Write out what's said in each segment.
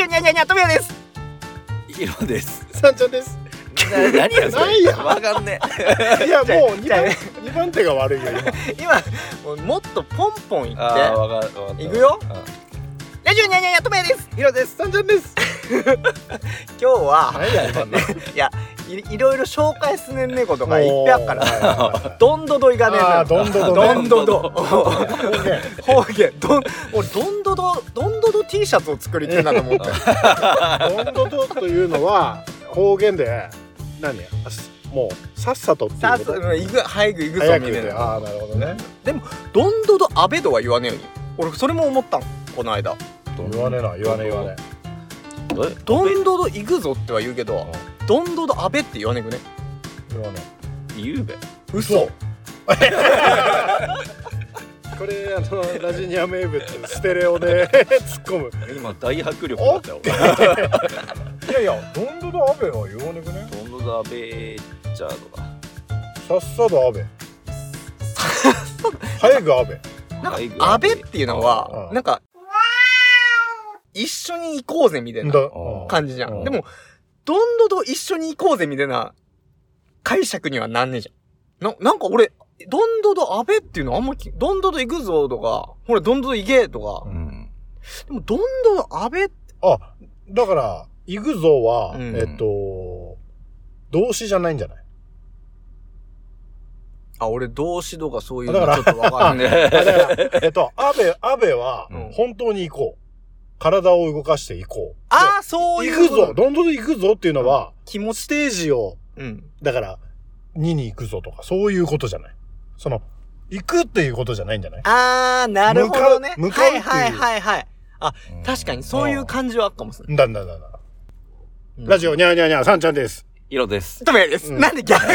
ニャニャニャトメヤです。 ヒロです。 さんちゃんです。 何やそれ。 ないやわかんねいやもう2番手が悪いよ今もっとポンポンいってああ、わかった。 いくよ。ラジオニャニャニャトメヤです。 ヒロです。さんちゃんです。 今日は何や今のいや いろいろ紹介すねんねことがいっぺんあっからどんどどいがねえな。 どんどどどんどど方言俺どんどど T シャツを作りてえなと思ってどんどどというのは方言で何やもうさっさとっていうさことあいく早く行くぞ早くみたいな。 言ってああなるほどねでもどんどどアベドは言わねえように。俺それも思ったのこの間。 言わねえな言わねえどんどど行くぞっては言うけどどんどどアベって言わねえくね。 言わねゆうべ。 嘘これラジニア名物ステレオで突っ込む今大迫力だったよ。 いやいやどんどどアベは言わねえくねどんどだべーちゃーとか。 さっさとアベ早くアベなんかアベっていうのはうんなんか一緒に行こうぜみたいな感じじゃん。でもどんどど一緒に行こうぜみたいな解釈にはなんねえじゃん。なんか俺どんどどアベっていうのあんまどんどど行くぞとかほらどんどど行けとか、でもどんどどアベあだから行くぞは、動詞じゃないんじゃない俺動詞とかそういうのちょっとわかんないだからアベは本当に行こう体を動かして行こうそういう行くぞどんどん行くぞっていうのは、 気持ちステージを、だから2に行くぞとかそういうことじゃないその行くっていうことじゃないんじゃないなるほどね。 向かうっていうはい確かにそういう感じはあっかもしれない。 だラジオニャーニャーニャーさんちゃんですヒロです。 トメヤです。なんで逆い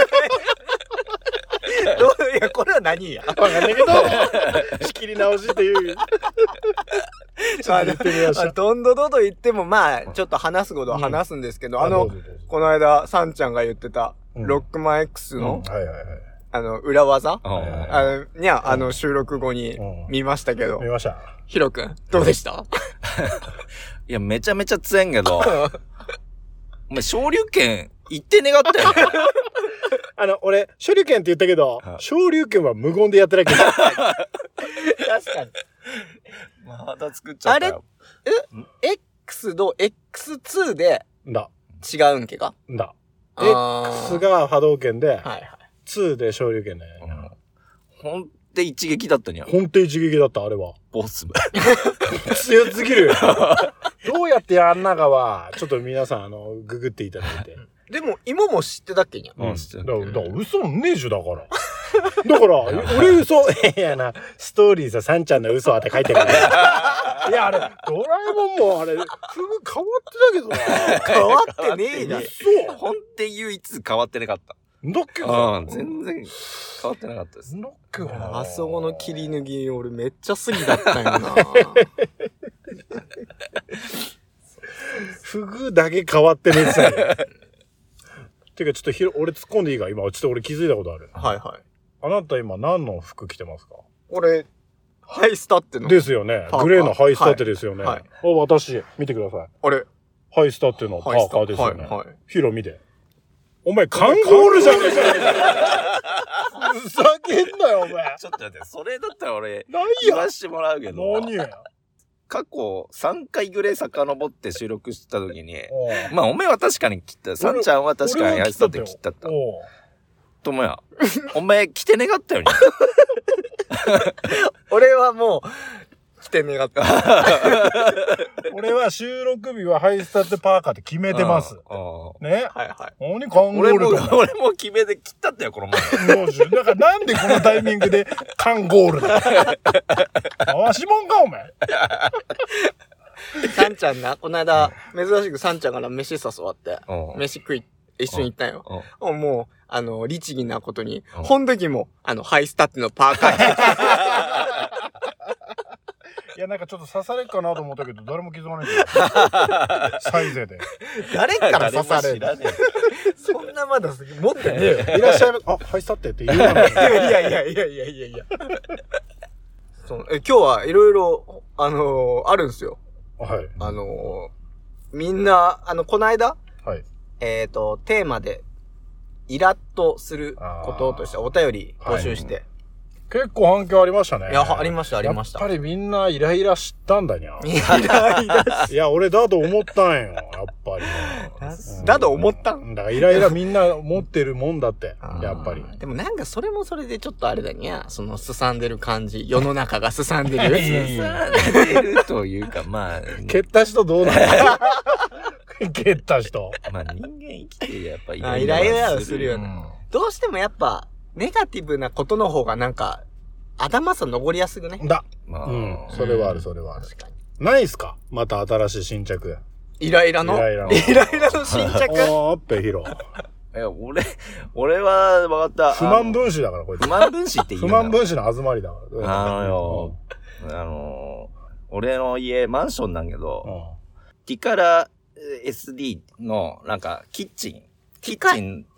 やこれは何やわかんないけど仕切り直しっていうちょっと言ってみましたどんどどと言ってもまあちょっと話すことは話すんですけど、この間さんちゃんが言ってたロックマン X の、裏技、収録後に見ましたけど、 見ました。 ヒロくんどうでした？ いやめちゃめちゃ強いんけどお前昇竜拳言って願ったよ俺昇竜拳って言ったけど昇竜拳は無言でやってなきゃ確かにまた作っちゃったよ。 X と X2 で違うんけか X が波動拳で、2で昇竜拳だよね。 ほんで一撃だったにゃ。 ほんと一撃だった、あれは。 ボス部。 強すぎるよ。どうやってやんなかは、ちょっと皆さん、ググっていただいて。 でも、今も知ってたっけにゃ。 知ってた。 だから嘘ねえじゃだから。だから、俺嘘、いやな、ストーリーさ、さんちゃんの嘘って書いてるから。いや、あれ、ドラえもんもあれ、フグ変わってたけどな。 変わってねえじゃん。 そう。 ほんで唯一変わってなかった。 だっけ全然変わってなかったです。 だっけな。 あそこの切り抜き、俺めっちゃ好きだったんやな。 フグだけ変わってねえさ。てか、ちょっと俺突っ込んでいいか今、ちょっと俺気づいたことある。 はい。 あなた今何の服着てますか？ 俺、ハイスタっての。 ですよね。グレーのハイスタってですよね。私、見てください。 あれハイスタってのパーカーですよね。 はい。 ヒロ見て。お前、カンゴールじゃねえか。ふざけんなよ、お前。 ちょっと待って、それだったら俺、 何言わしてもらうけど。 何や。 過去3回ぐらい遡って収録した時に、まあ、おめえは確かに切った。さんちゃんは確かにやってたって切ったった。ともや、お前着て願ったよね。 俺はもう、着て願った。 俺は収録日はハイスタってパーカーって決めてます。ね。何カンゴールと俺も決めて切ったったよ、この前。 だからなんでこのタイミングでカンゴールだ回しもんか、お前。 さんちゃんな、この間、珍しくさんちゃんから飯誘わって、飯食い、一緒に行ったんよ。もう、律儀なことに、ほん時も、ハイスタってのパーカーいや、なんかちょっと刺されっかなと思ったけど、誰も気づかないけど。サイゼで。 誰から刺されるの？そんなまだ持ってねえよ。 いらっしゃいま、ハイスタって言うのに。いや。今日はいろいろ、あるんすよ。 はい。 みんな、この間、 はい。 テーマで、イラッとすることとしてお便り募集して。 結構反響ありましたね。 いや、ありました、ありました。 やっぱりみんなイライラしたんだにゃ。 イライラいや、俺だと思ったんよ、やっぱり。 だと思ったんだからイライラみんな持ってるもんだって、やっぱり。 でもなんかそれもそれでちょっとあれだにゃ、すさんでる感じ。世の中がすさんでる。 すさんでるというか、まあ。 蹴った人どうなの蹴った人。 まあ人間生きてやっぱイライラするよね。どうしてもやっぱ、ネガティブなことの方がなんか、頭さ残りやすくね。 だ。それはある、それはある。確かに。ないっすかまた新しい新着。 イライラの新着あっぺひろ。 いや、俺は分かった。 不満分子だから、これ。 不満分子って言う不満分子の集まりだから。 俺の家、マンションなんけど、ティカラ SD の、なんか、キッチン、ティカラ、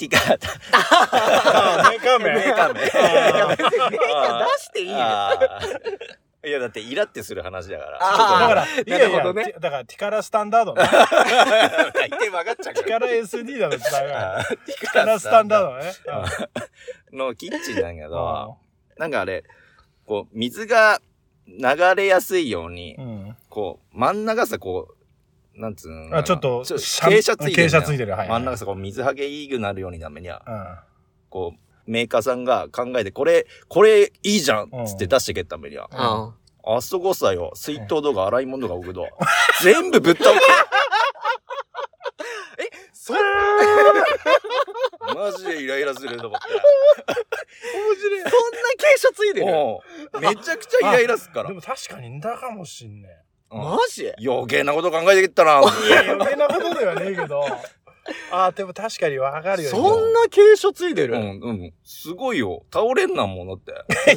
メカメ。 いや、別にメカ出していいよ。 いや、だってイラってする話だから。 だから、なるほどね。だから、ティカラスタンダードね。 大体分かっちゃうから。 ティカラ SD だと伝えない。ティカラスタンダードね。 のキッチンなんやけど、なんかあれ、こう、水が流れやすいように、こう、真ん中さ、こう、なんつうの。 ちょっと、 傾斜ついてる。 傾斜ついてる。 真ん中さ、こう、水はけいいくなるようになめには、こう、メーカーさんが考えて、これいいじゃんつって出してけっためには。あそこさよ、水筒とか洗い物とか置くと、全部ぶっ倒れて。そんなマジでイライラすると思って。 面白い。そんな傾斜ついてるめちゃくちゃイライラすっから。 でも確かにんだかもしんねえ。マジ余計なこと考えてきたな。 いや、余計なことではねえけど。でも確かにわかるよ。 そんな傾斜ついてるすごいよ。倒れんなもんだって。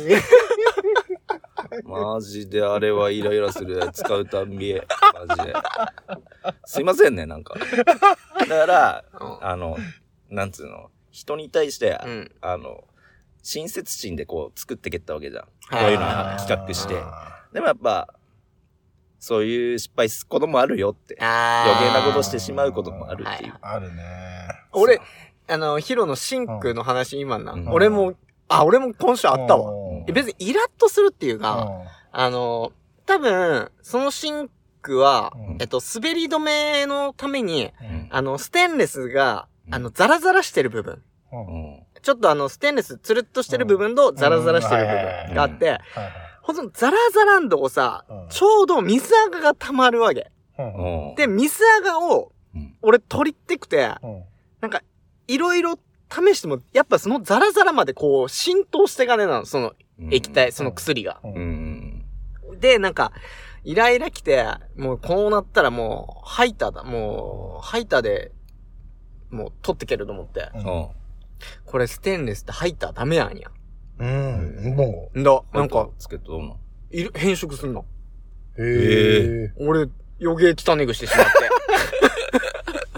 マジであれはイライラする。使うたんびえ。マジで。すいませんね、なんか。だから、なんつうの。人に対して、親切心でこう作ってけったわけじゃん。こういうの企画して。でもやっぱ、そういう失敗することもあるよって。余計なことしてしまうこともあるっていう。 あるね。 俺、ヒロのシンクの話今な。俺も今週あったわ。別にイラッとするっていうか、多分、そのシンクは、滑り止めのために、ステンレスが、ザラザラしてる部分。ちょっとステンレスつるっとしてる部分とザラザラしてる部分があって、ほんとザラザラんとこさ、ちょうど水あがが溜まるわけ。で、水あがを、俺取りってくて、なんか、いろいろ試しても、やっぱそのザラザラまでこう、浸透してかねなの、その液体、その薬が。で、なんか、イライラ来て、もうこうなったらもう、ハイターだ。もう、ハイターで、もう取ってけると思って。これステンレスってハイターダメやんや。なんか、 つけとどうなの変色すんの。俺、余計汚ねぐしてしまって。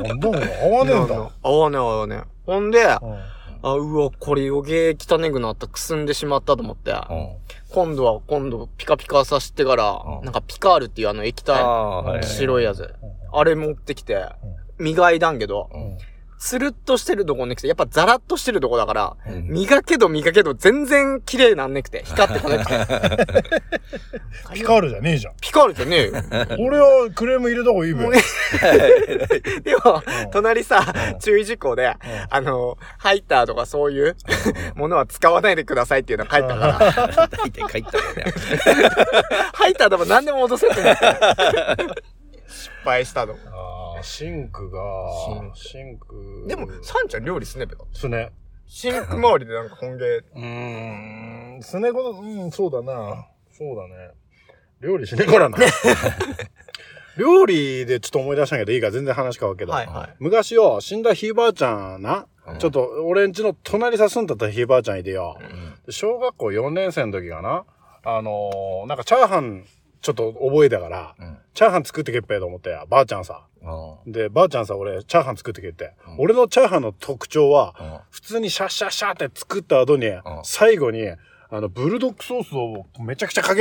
合わねえんだ。 合わねえ。ほんで、うわ、これ余計汚ねぐなった、くすんでしまったと思って、今度ピカピカさしてから、なんかピカールっていう液体、白いやつ。あれ持ってきて、磨いだんけど、スルッとしてるとこねくて、やっぱザラッとしてるとこだから、磨けど全然綺麗なんねくて、光ってこなくて。 ピカールじゃねえじゃん。 ピカールじゃねえよ。 俺はクレーム入れた方がいいべ。 でも、隣さ、注意事項で、ハイターとかそういうものは使わないでくださいっていうの書いたから。 大体書いたよね。 ハイターでも何でも落とせって思って。失敗したの。 シンク。 でも、サンちゃん料理すねべか。 すね。 シンク周りでなんか本芸。 すねこと、そうだな。そうだね。料理しねえからな。料理でちょっと思い出したんやけど、いいか全然話変わるけど。昔よ、死んだひいばあちゃんな。ちょっと、俺んちの隣さすんだったひいばあちゃんいてよ。小学校4年生の時かな。なんかチャーハン、ちょっと覚えたから、チャーハン作ってけっぺと思って、ばあちゃんさ。で、ばあちゃんさ、俺、チャーハン作ってけって。俺のチャーハンの特徴は、普通にシャッシャッシャーって作った後に、最後に、ブルドックソースをめちゃくちゃかけんなよ。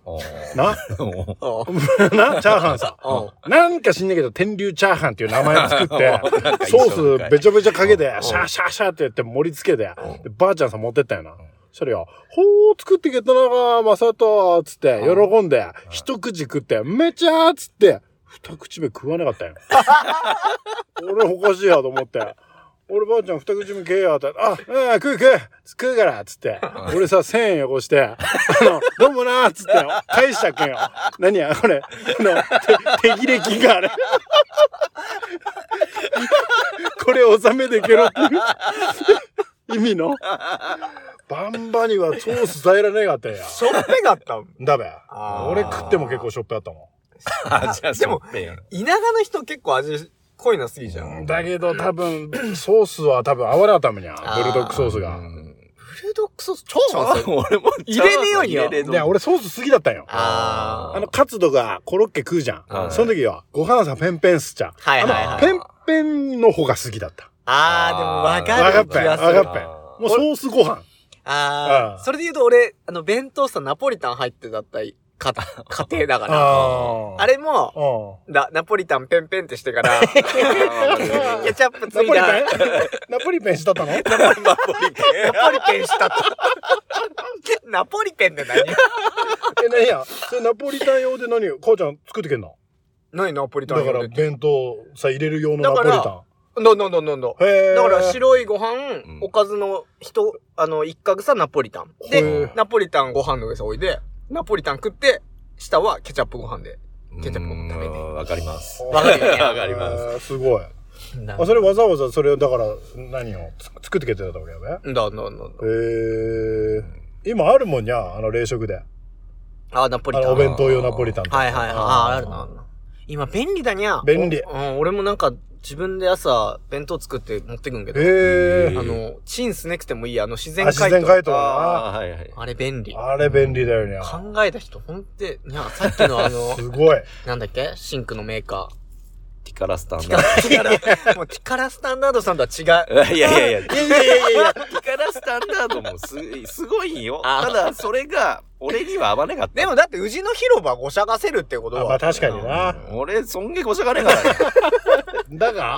なチャーハンさ。なんか知んないけど、天竜チャーハンっていう名前作って、ソースべちゃべちゃかけて、シャーシャーシャーってやって盛り付けて、ばあちゃんさん持ってったよな。それよ、ほー作ってけたなが、まさと、つって、喜んで、一口食って、めちゃーつって、二口目食わなかったよ。俺おかしいやと思って。俺ばあちゃん二口目食えよって、食うからつって、俺さ、1000円よこして、どうもなーつって、返したっけよ。何や、これ、手切れ金があれ。これ納めでけろっていう意味の。バンバにはソース伝えられなかったや。 しょっぺかったんだべ。俺食っても結構しょっぺあったもん。 でも、田舎の人結構味濃いの好きじゃん。 だけど多分、ソースは多分合わなかったもんや。ブルドックソースが。 ブルドックソース超合う。 俺も入れねえようによ。 いや、俺ソース好きだったんよ。カツとかコロッケ食うじゃん。その時は、ご飯さペンペンすっちゃう。ペンペンの方が好きだった。 でもわかる気がする。 わかっぺ。もうソースご飯。 それで言うと俺、弁当さ、ナポリタン入ってだったり、家庭だから。あれも、ナポリタンペンペンってしてから、ケチャップついた。 ナポリペンしたったの？ナポリペンしたった。ナポリペンって何？ 何や？それナポリタン用で何？母ちゃん作ってけんの？ 何ナポリタン用で？ だから弁当さ入れる用のナポリタン。 だから白いご飯、おかずの一角さナポリタン。で、ナポリタンご飯の上さ置いて、ナポリタン食って、下はケチャップご飯で、ケチャップご飯食べて。 わかります。 わかるよね。 わかります。 すごい。それわざわざそれをだから、何を作ってけてたわけやべ？今あるもんや、冷食で。 ナポリタン。 お弁当用ナポリタン。 はい。あるな。今便利だにゃ。 便利。 俺もなんか、自分で朝、弁当作って持ってくんけど。チンスネくてもいい、自然解凍。 自然解凍だな。 あれ便利。 あれ便利だよね。 考えた人、ほんって、さっきのすごい。 なんだっけシンクのメーカー。 ティカラスタンダード。もうティカラスタンダードさんとは違う。 いや。ティカラスタンダードもすごいよ。ただ、それが、俺には合わなかった。 でもだって、宇治の広場ごしゃがせるってことは。 まあ確かにな。 俺、そんげごしゃがねえからね。 だが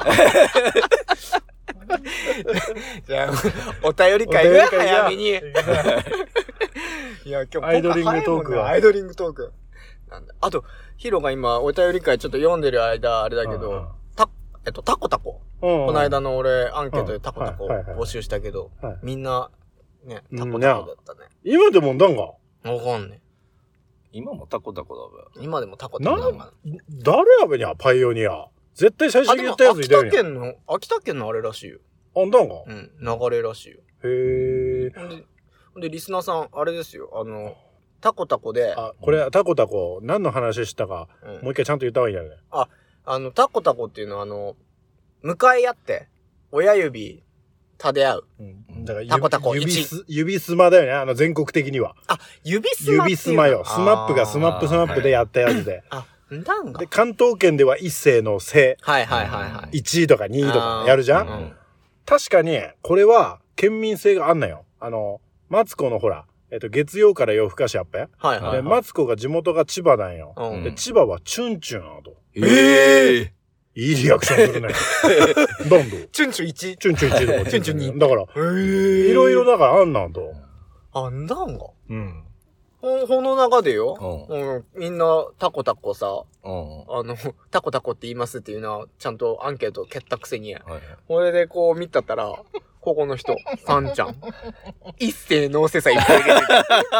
じゃあ、お便り会が早めに。いや、今日アイドリングトークは。 アイドリングトーク。あと、ヒロが今、お便り会ちょっと読んでる間、あれだけど、タコタコ。この間の俺、アンケートでタコタコ募集したけど、みんな、ね、タコタコだったね。 今でもなんかわかんねえ。 今もタコタコだべ。 今でもタコタコだべ。 誰やべにゃ、パイオニア。絶対最初に言ったやついたよね。 秋田県のあれらしいよ。 あんだんか？ 流れらしいよ。 へえ。で、リスナーさん、あれですよ。タコタコで。 これ、タコタコ、何の話したか、もう一回ちゃんと言った方がいいんだよね。 タコタコっていうのは、向かい合って、親指、立て合う。 だからタコタコ指スマだよね、全国的には。 指スマ。 指スマよ。スマップがスマップでやったやつで。で、関東圏では一世のせ。1位とか2位とかやるじゃん。確かに、これは、県民性があんなよ。マツコのほら、月曜から夜更かしやっぺ。で、マツコが地元が千葉なんよ。で、千葉はチュンチュンあと。いいリアクションするね。どんどん。 チュンチュン1。 チュンチュン1とか。 チュンチュン2。 だから、いろいろだからあんなんと。 あんなんがこの中でよ。みんなタコタコさ、タコタコって言いますっていうのは、ちゃんとアンケート蹴ったくせに。これでこう見たったら、ここの人、サンちゃん。一世のせさいっぱい出てる。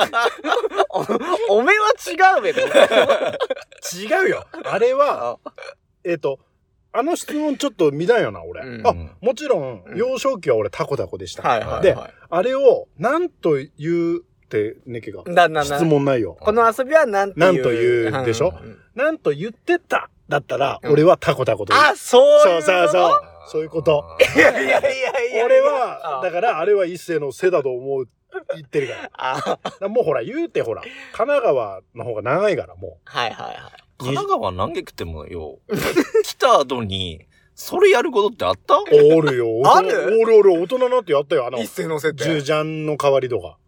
おめは違うべと。 違うよ。あれは、あの質問ちょっと見たんよな、俺。もちろん、幼少期は俺タコタコでした。で、あれを、なんと言うってねけが。質問ないよ。 この遊びはなんて言う。 なんと言うでしょ。なんと言ってた。だったら、俺はタコタコと言う。そうそういうこと。 いや。 俺は、だからあれは一世の背だと思う、言ってるから。もうほら、言うてほら、神奈川の方が長いから、もう。 神奈川何げくてもよ、来た後に、それやることってあった？ おるよ。 ある？ 俺、大人になってやったよ。 一世のせって。 十ジャンの代わりとか。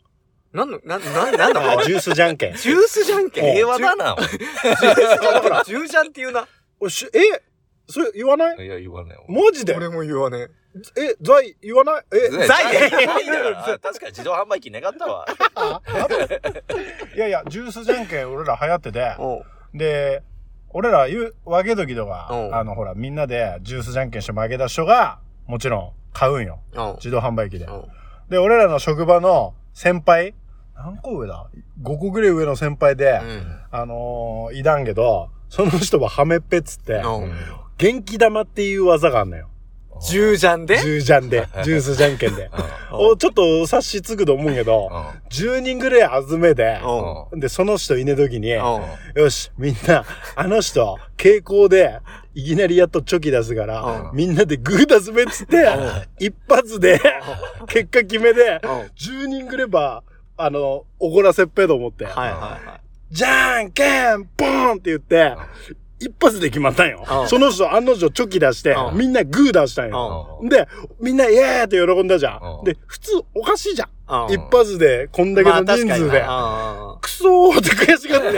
なんだジュースじゃんけん。 ジュースじゃんけん。 平和だな。 ジュージャンって言うな。 それ言わない？ いや、言わないよ。 マジで？ 俺も言わねえ。ザイ言わない？ ザイ確かに自動販売機願ったわ。 いや、ジュースじゃんけん俺ら流行ってて、で、俺ら分け時とか、ほら、みんなでジュースじゃんけんして負けた人が、もちろん買うんよ。自動販売機で。で、俺らの職場の先輩、何個上だ ?5 個ぐらい上の先輩で、いたんけど、その人はハメっぺっつって、元気玉っていう技があんのよ。 ジュージャンで？ ジュージャンで。ジュースじゃんけんで。ちょっと察しつくと思うけど、10人ぐらい集めて、で、その人いねえ時に、よし、みんな、あの人、傾向で、いきなりやっとチョキ出すから、みんなでグー出すべっつって、一発で、結果決めで、10人ぐれば、怒らせっぺと思って、じゃんけんポーンって言って、一発で決まったんよ。その人、案の定チョキ出して、みんなグー出したんよ。で、みんなイエーって喜んだじゃん。で、普通おかしいじゃん。一発で、こんだけの人数で。クソーって悔しがって、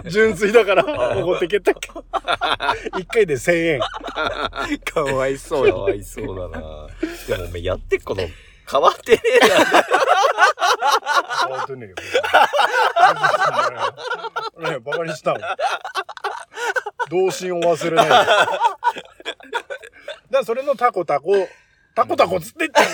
純粋だから怒ってけったっけ。一回で1000円。 かわいそうよ。 かわいそうだな。でもお前やってっこと変わってねえな。 変わってねえよ。ねえ、バカにしたの。童心を忘れない。だからそれのタコタコつって言ってんの。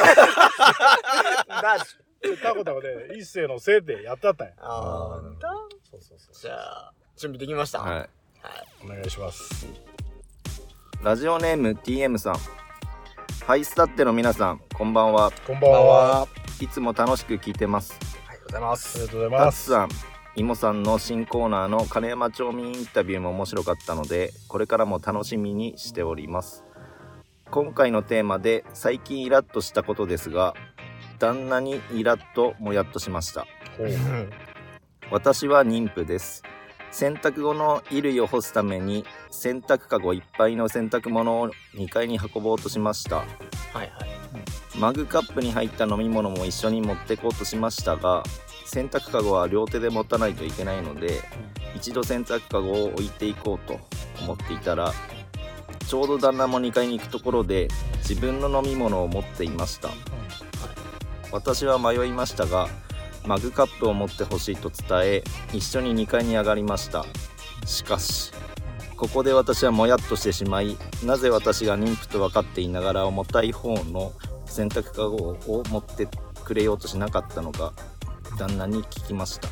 タコタコで一世のせいでやったったんや。そう。 じゃあ、準備できました。 はい。 お願いします。 ラジオネーム TM さん。ハイスタッテの皆さん、こんばんは。 こんばんは。 いつも楽しく聞いてます。 ありがとうございます。 ありがとうございます。 タツさん、イモさんの新コーナーの金山町民インタビューも面白かったので、これからも楽しみにしております。今回のテーマで最近イラッとしたことですが、旦那にイラッともやっとしました。私は妊婦です。洗濯後の衣類を干すために洗濯かごいっぱいの洗濯物を2階に運ぼうとしました。マグカップに入った飲み物も一緒に持ってこうとしましたが、洗濯かごは両手で持たないといけないので、一度洗濯かごを置いていこうと思っていたら、ちょうど旦那も2階に行くところで自分の飲み物を持っていました。私は迷いましたが、マグカップを持ってほしいと伝え、一緒に2階に上がりました。しかしここで私はもやっとしてしまい、なぜ私が妊婦と分かっていながら重たい方の洗濯かごを持ってくれようとしなかったのか旦那に聞きました。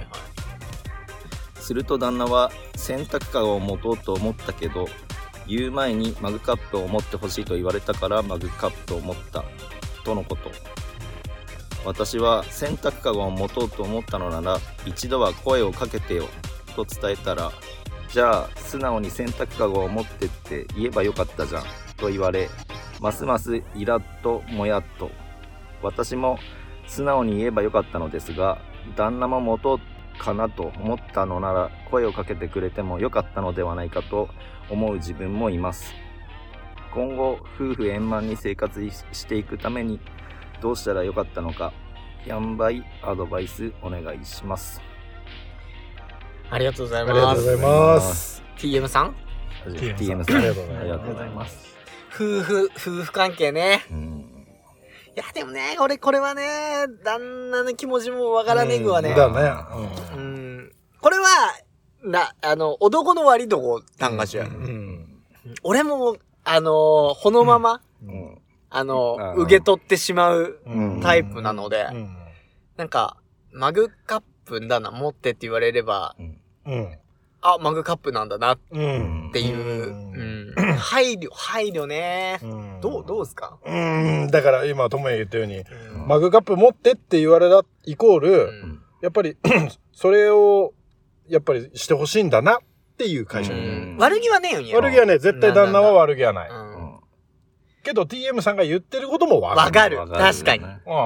すると旦那は、洗濯かごを持とうと思ったけど、言う前にマグカップを持ってほしいと言われたからマグカップを持ったとのこと。私は洗濯かごを持とうと思ったのなら一度は声をかけてよと伝えたら、じゃあ素直に洗濯かごを持ってって言えばよかったじゃんと言われ、ますますイラッともやっと。私も素直に言えばよかったのですが、旦那も持とうかなと思ったのなら声をかけてくれてもよかったのではないかと思う自分もいます。今後夫婦円満に生活していくためにどうしたらよかったのか、やんばいアドバイスお願いします。 ありがとうございます。 ありがとうございます。 TM さん TM さん、ありがとうございます。 夫婦関係ね。いやでもね、これはね、旦那の気持ちもわからねぐわね。 だね。 これは男の割りとこなんかしら。俺もほのまま。受け取ってしまうタイプなので、なんか、マグカップだな、持ってって言われれば、あ、マグカップなんだな、っていう、配慮ね。どうですか？ だから今、ともや言ったように、マグカップ持ってって言われたイコール、やっぱり、それを、やっぱりしてほしいんだなっていう会社。 悪気はねえよに。 悪気はね、絶対旦那は悪気はない。けど TM さんが言ってることもわかる。 確かに。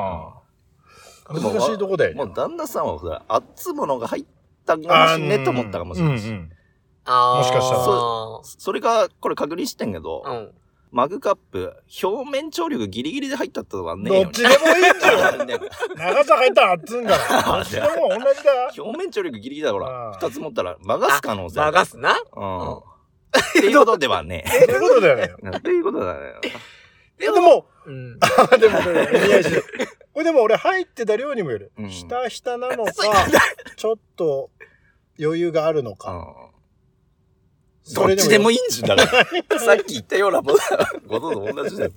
難しいとこだよ。 もう旦那さんは熱いものが入ったかもしんねと思ったかもしれないし。 もしかしたら。 それが、これ確認してんけど、 マグカップ、表面張力ギリギリで入ったとはねえよ、ね。 どっちでもいいんだよ。長さ入ったら熱いんから。どっちでも同じだよ。 表面張力ギリギリだから、2つ持ったら曲がす可能性ある。 曲がすな。 っていうことではね。 っていうことだよね。 っていうことだね。 でも、でも、これでも俺入ってた量にもよる。ひたひたなのか、ちょっと余裕があるのか。 どっちでもいいんじゃん。だから、さっき言ったようなことと同じだよ。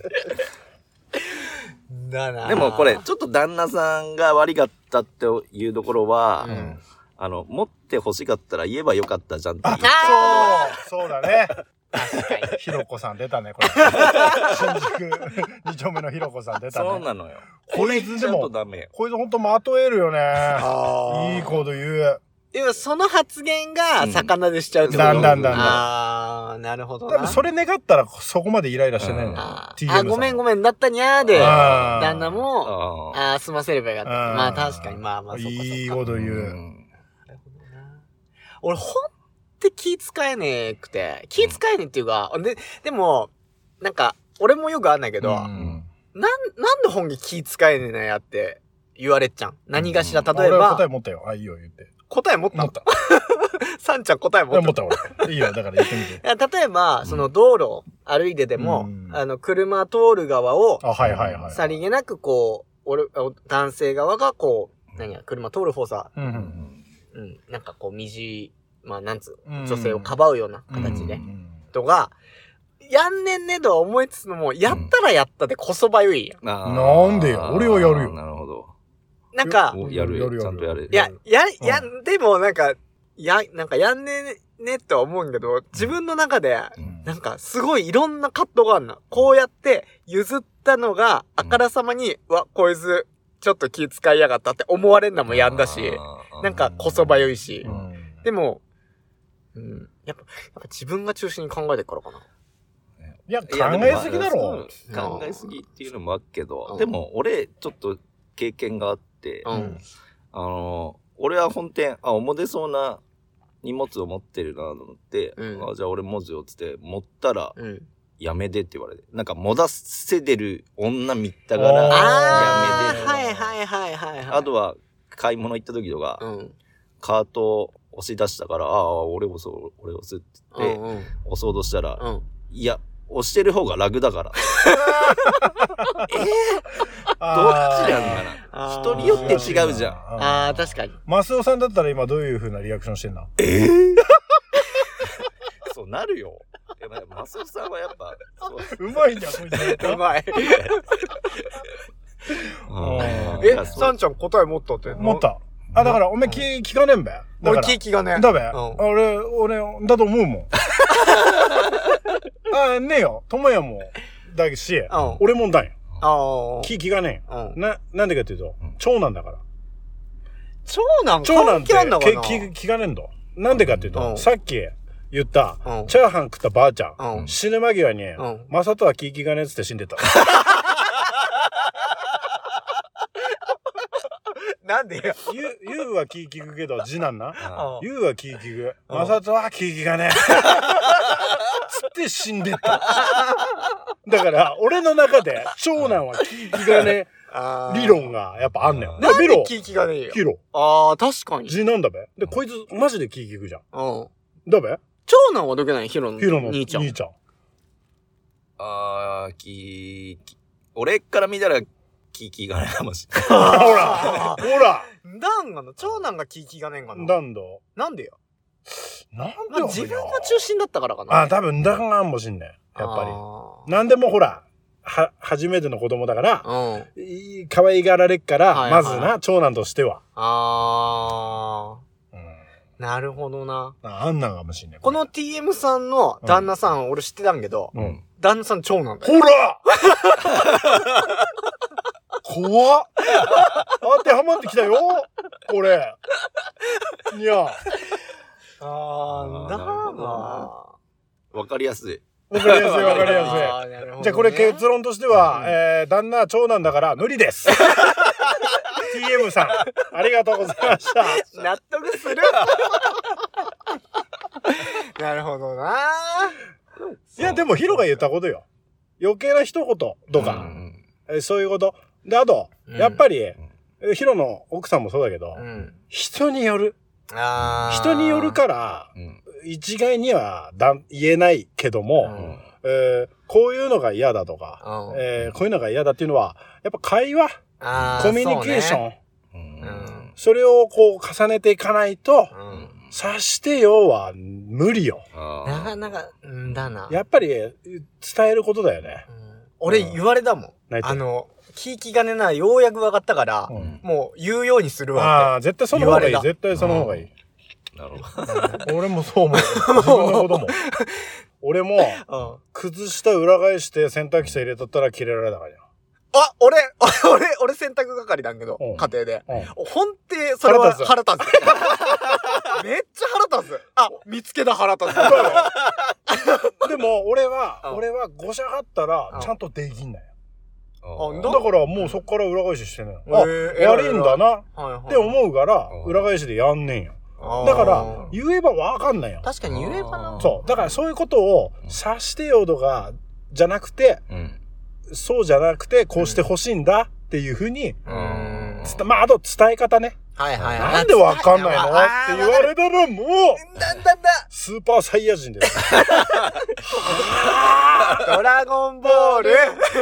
だな。 でもこれ、ちょっと旦那さんが悪かったっていうところは、持って欲しかったら言えばよかったじゃんっていう。 そうだね。確かに。ひろこさん出たね、これ。新宿2丁目のひろこさん出たね。 そうなのよ。 こいつでも、こいつほんとまとえるよね。いいこと言う。 でもその発言が魚でしちゃうってこと。 だん。 なるほどな。 多分それ願ったらそこまでイライラしてないの。 ごめんだったにゃーで、旦那も、済ませればよかった。まあ確かに、まあそうか。 いいこと言う。 なるほどな。俺ほんって気使えねえくて、気使えねえっていうか、でも、なんか、俺もよくあんないけど、なんで本気気使えねえなやって言われちゃう。何がしら、例えば。 俺は答え持ったよ。いいよ、言って。 答え持ったサンちゃん答え持った。 持った俺。いいよ、だから言ってみて。 例えば、その道路歩いてでも、車通る側を、さりげなくこう、男性側がこう、車通る方さ、なんかこう、なんつう、女性をかばうような形で、とか、やんねんねとは思いつつも、やったらやったでこそばゆいやん。 なんでよ、俺はやるよ。 なるほど。 なんか、 やるよ、ちゃんとやる。 でもなんかやんねねって思うんけど、自分の中で、なんかすごいいろんな葛藤があるな。こうやって譲ったのが、あからさまに、こいつ、ちょっと気遣いやがったって思われんのもやんだし、なんかこそばゆいし。でも、やっぱ自分が中心に考えてるからかな。 いや、考えすぎだろ。 考えすぎっていうのもあるけど、でも俺、ちょっと経験があって、俺は本店、重出そうな荷物を持ってるなと思って、じゃあ俺持つよっつって持ったら、やめでって言われて。なんか、もだせてる女見たから、やめで。 はい。 あとは、買い物行った時とか、カートを押し出したから、俺押すって言って、押そうとしたら、いや、押してる方が楽だから。どっちなんだな。人によって違うじゃん。 確かに。 マスオさんだったら今どういう風なリアクションしてんの？ そうなるよ。マスオさんはやっぱ、 うまいんだ、こいつ。 うまい。サンちゃん答え持ったって。 持った。だから、おめ聞かねえんべ。 俺聞かねえ。 だべ。俺、だと思うもん。ねえよ。ともやも、だし、俺もんだよ。聞かねえ。なんでかっていうと、長男だから。 長男関係あんのかな？ 聞かねえんだ。なんでかっていうと、さっき言った、チャーハン食ったばあちゃん、死ぬ間際に、マサトは聞かねえっつって死んでた。 なんでよ。 ゆうは聞くけど、次男な。ゆうは聞く。まさとは聞かねえ。つって死んでった。だから、俺の中で、長男は聞かねえ。理論がやっぱあんねん。 なんで聞かねえよ。 ヒロ。 確かに。 次男だべ。で、こいつ、マジで聞くじゃん。だべ。 長男はどけないヒロの兄ちゃん。 俺から見たら、聞かねえかもしれない。 ほら長男が聞かねえんかな。 なんでよ。 自分が中心だったからかな。 多分、だからかもしんねえ。やっぱり。なんでもほら、初めての子供だから、可愛がられっから、まずな、長男としては。 なるほどな。 あんなんかもしんねえ。 この TM さんの旦那さん、俺知ってたんけど、旦那さん長男だよ。ほら怖っ当てはまってきたよこれ。いや。 わかりやすい。 わかりやすい。じゃあこれ結論としては、旦那長男だから無理です。TM さん、ありがとうございました。 納得するなるほどな。 いや、でもヒロが言ったことよ。 余計な一言とか、そういうこと。で、あと、やっぱり、ヒロの奥さんもそうだけど、人による。人によるから、一概には言えないけども、こういうのが嫌だとか、こういうのが嫌だっていうのは、やっぱ会話、コミュニケーション、それをこう重ねていかないと、察してよは無理よ。 なかなか、だな。 やっぱり伝えることだよね。 俺言われたもん。聞き金な、ようやく分かったから、もう言うようにするわって。 ああ、絶対その方がいい。絶対その方がいい。 なるほど。 俺もそう思う。自分のことも。俺も、靴下裏返して洗濯機さ入れとったら切れられたからよ。 俺洗濯係だけど、家庭で。ほんってそれは腹立つ。めっちゃ腹立つ。見つけた腹立つ。 でも、俺はごしゃがったら、ちゃんとできんだよ。だからもうそっから裏返ししてね。悪いんだなって思うから、裏返しでやんねんよ。だから、言えばわかんないよ。 確かに言えばな。 そう。だからそういうことを察してよとか、じゃなくて、そうじゃなくて、こうしてほしいんだっていうふうに、まあ、あと伝え方ね。なんでわかんないのって言われたらもう、スーパーサイヤ人です。 ドラゴンボール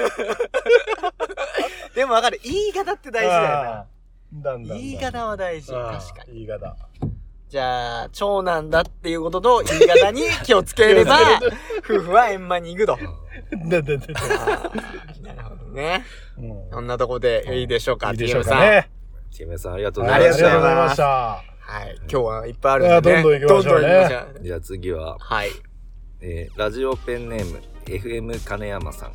でもわかる。言い方って大事だよな。言い方は大事。確かに。 言い方。 じゃあ、長男だっていうことと言い方に気をつければ、夫婦は円満に行くと。なるほどね。こんなとこでいいでしょうか、TM さん。 TM さんありがとうございました。 ありがとうございました。 はい。今日はいっぱいあるんでね。 どんどん行きましょうね。 じゃあ次は、 はい。 ラジオペンネーム、FM 金山さんから。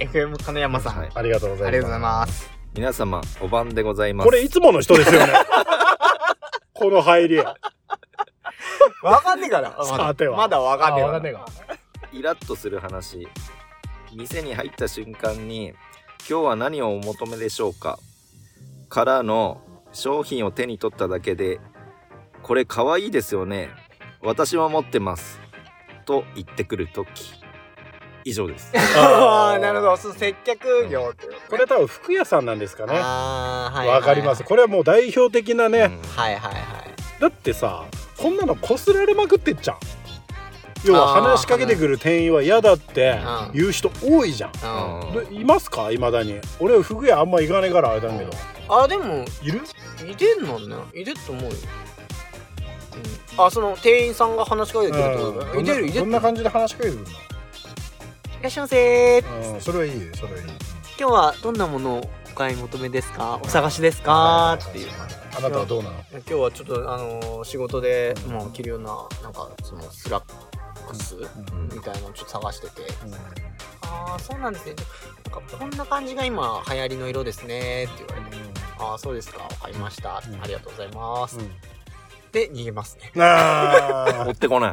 FM 金山さん。 ありがとうございます。 ありがとうございます。 皆様、お晩でございます。 これいつもの人ですよね。この入り。 わかんねえから。まだわかんねえから。 イラッとする話。店に入った瞬間に、今日は何をお求めでしょうかからの商品を手に取っただけで、これ可愛いですよね。私は持ってます。と言ってくるとき。以上です。 なるほど。接客業っていう。 これ多分服屋さんなんですかね。 わかります。これはもう代表的なね。だってさ、こんなのこすられまくってっちゃん。要は話しかけてくる店員は嫌だって言う人多いじゃん。いますか未だに。俺は服屋あんま行かねえからあれだけど。 でもいる？ いてんのね。いてると思うよ。その店員さんが話しかけてくるってことだ。いてる。 どんな感じで話しかけてくるの？ いらっしゃいませー。それはいいよ。それはいい。 今日はどんなものをお買い求めですか？お探しですか？っていう。 あなたはどうなの？ 今日はちょっと仕事でもう着るようななんかそのスラックスみたいなのをちょっと探してて、そうなんですね。なんかこんな感じが今流行りの色ですねって言われて、そうですか、わかりました、ありがとうございます。で逃げますね。 追ってこない。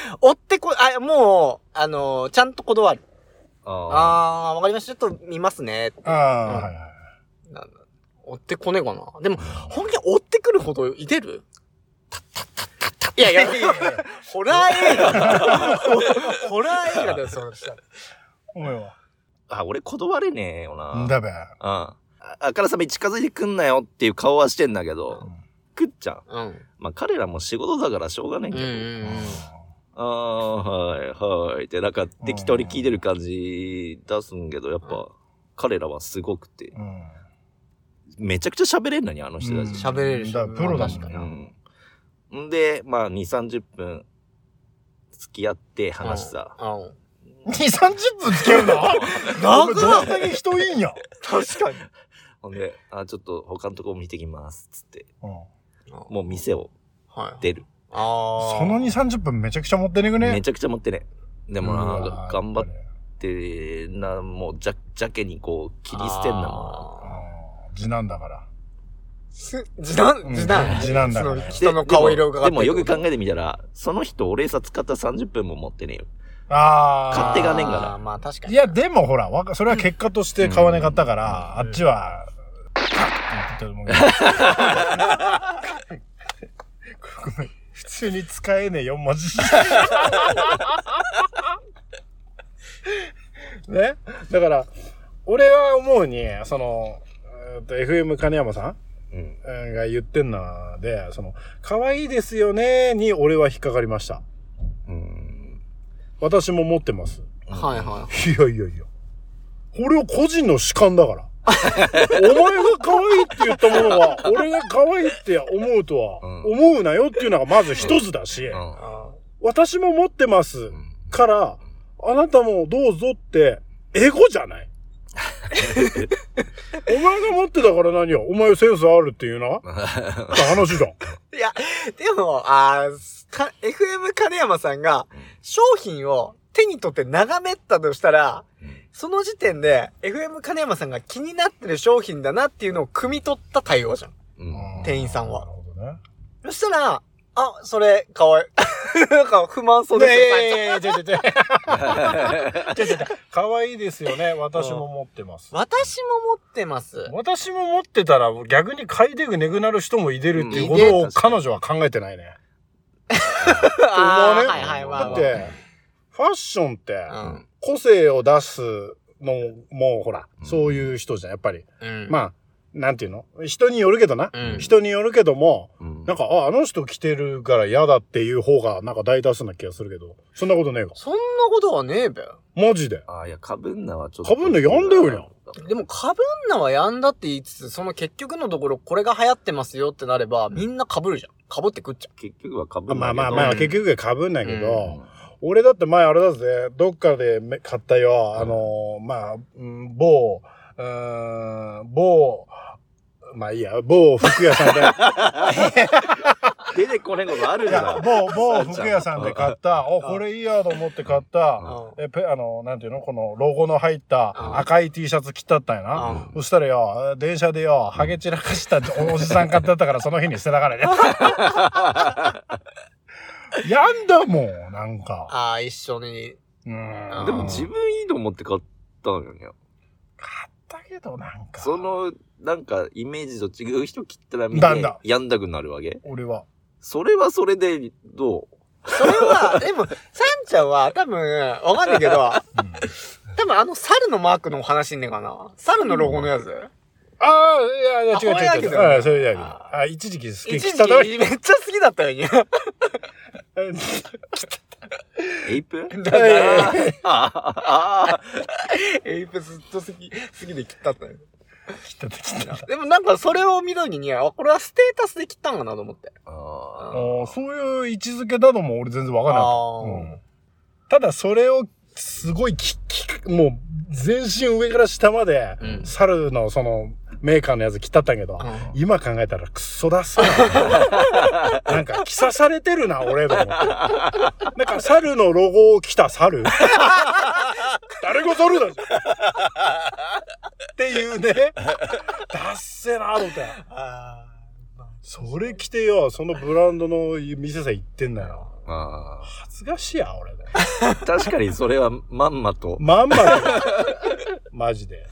もうちゃんと断る。わかりました。ちょっと見ますね。追ってこねえかな。でも本気で追ってくるほどいてる？いやホラー映画だよ、その人。 お前は。 俺断れねえよな。 だべ。 あからさまに近づいてくんなよっていう顔はしてんだけど、食っちゃう。まあ彼らも仕事だからしょうがないけど。はいってなんか適当に聞いてる感じ出すんけど、やっぱ彼らはすごくて。めちゃくちゃ喋れんのに、あの人たち。 喋れるし。 プロだしかな。んで、まあ、2、30分付き合って話さ。 2、30分付き合うの？どんだけ人いいんや。 確かに。 ほんで、ちょっと他のとこ見てきます、つって。もう店を出る。 その2、30分めちゃくちゃ持ってねくね？ めちゃくちゃ持ってね。でもな、頑張ってもうジャケにこう切り捨てんなもん。 次男だから。 次男だから。人の顔色が。 でもよく考えてみたら、その人俺さ使った30分も持ってねえよ。勝手がねえんから。 まあ確かに。 いや、でもほら、それは結果として買わねかったから、あっちは、ごめん。普通に使えねえ4文字。 ね。だから、俺は思うに、FM 金山さん、が言ってんので、可愛いですよねに俺は引っかかりました。私も持ってます。 はいはい。 いや。これは個人の主観だから。お前が可愛いって言ったものは、俺が可愛いって思うとは、思うなよっていうのがまず一つだし、私も持ってますから、あなたもどうぞって、エゴじゃないお前が持ってたから何よお前センスあるっていうな話じゃん。 いや、でも、FM 金山さんが商品を手に取って眺めたとしたら、その時点で FM 金山さんが気になってる商品だなっていうのを汲み取った対応じゃん。店員さんは。なるほどね。そしたら、それ、かわいい。なんか不満そうですよ。 かわいいですよね。私も持ってます。 私も持ってます。 私も持ってたら逆に買いでぐねぐなる人もいでるっていうことを彼女は考えてないね。思わね。だって、ファッションって、個性を出すのもほら、そういう人じゃん、やっぱり。まあ、なんていうの？人によるけどな。人によるけども、なんか、あの人着てるから嫌だっていう方が、なんか大多数な気がするけど、そんなことねえか。 そんなことはねえべ。 マジで。 いや、かぶんなはちょっと。 かぶんなやんだよにゃ。 でも、かぶんなはやんだって言いつつ、その結局のところ、これが流行ってますよってなれば、みんなかぶるじゃん。かぶってくっちゃう。 結局はかぶんない。 まあ、結局はかぶんないけど、俺だって前あれだぜ、どっかで買ったよ、まあ、まあいいや、某服屋さんで。 出てこねえことあるじゃん。 某服屋さんで買った、これいいやと思って買った、なんていうのこのロゴの入った赤い T シャツ着たったんやな。そしたらよ、電車でよ、ハゲ散らかしたおじさん買ってたからその日に捨てたからね。やんだもん、なんか。 一緒に。 でも自分いいと思って買ったのよね。 買ったけどなんか。 なんか、イメージと違う人切ったらみんなやんだくなるわけ？ 俺は。 それはそれで、どう？ それは、でも、サンちゃんは多分、わかんないけど、多分猿のマークの話んねんかな。猿のロゴのやつ。 いや、違う。それだけど。一時期好き。 一時期めっちゃ好きだったよね。 エイプ？ エイプずっと好きで切ったったよ。切った。でもなんかそれを見たときに、これはステータスで切ったんかなと思って。 そういう位置づけだとも俺全然わかんない。ただそれをすごいもう全身上から下まで、猿のそのメーカーのやつ着たったけど、今考えたらクソだっすなんか着さされてるな、俺と思って。なんか猿のロゴを着た猿誰が猿だじゃんっていうね。ダッセなーと思って。それ着てよ、そのブランドの店さ行ってんだよ。恥ずかしいや、俺で。 確かにそれはまんまと。 マジで。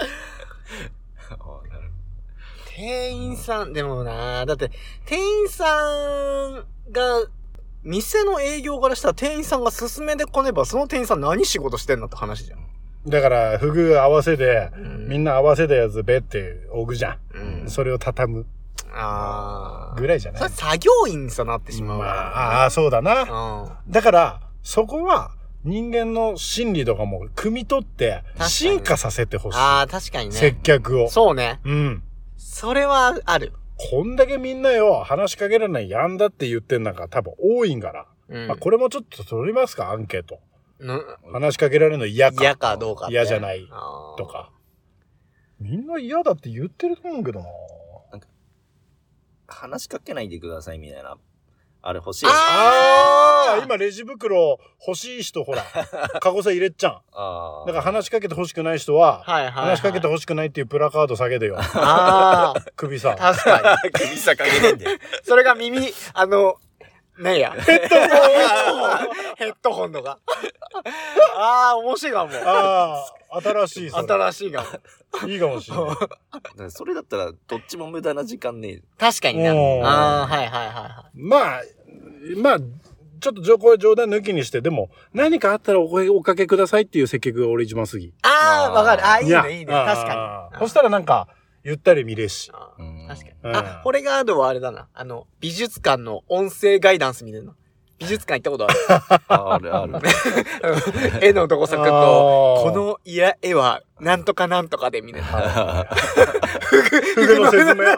店員さん、でもなだって、店員さんが、店の営業からしたら店員さんが勧めで来ねば、その店員さん何仕事してんのって話じゃん。 だから、フグ合わせで、みんな合わせたやつべって置くじゃん。それを畳む。ぐらいじゃない？ それ作業員さなってしまうから。そうだな。だから、そこは、人間の心理とかも汲み取って、進化させてほしい。 確かにね。 接客を。 そうね。それはある。 こんだけみんなよ、話しかけられないやんだって言ってんなんか多分多いんから。これもちょっと取りますか、アンケート。話しかけられるの嫌か。 嫌かどうか。 嫌じゃない。とか。みんな嫌だって言ってると思うけどな。 なんか、話しかけないでくださいみたいな。あれ欲しい。 今レジ袋欲しい人ほら、カゴさ入れっちゃん。だから話しかけて欲しくない人は、話しかけて欲しくないっていうプラカード下げてよ。首さ。 確かに。首さかけねえんで。 それが耳、ねえや。ヘッドホンとか。面白いかも。 新しいそれ。新しいかも。いいかもしれない。それだったら、どっちも無駄な時間ねえ。 確かにね。はい。 まあ、ちょっとこれ冗談抜きにして、でも、何かあったらお声おかけくださいっていう接客が俺一番好き。 あー、わかる。あー、いいね、いいね。確かに。 そしたらなんか、ゆったり見れるし。 確かに。あ、これがあるはあれだな。美術館の音声ガイダンスみたいな。美術館行ったことある？ ある。 絵の動作と、この絵は、なんとかなんとかでみたいな。 フグの説明。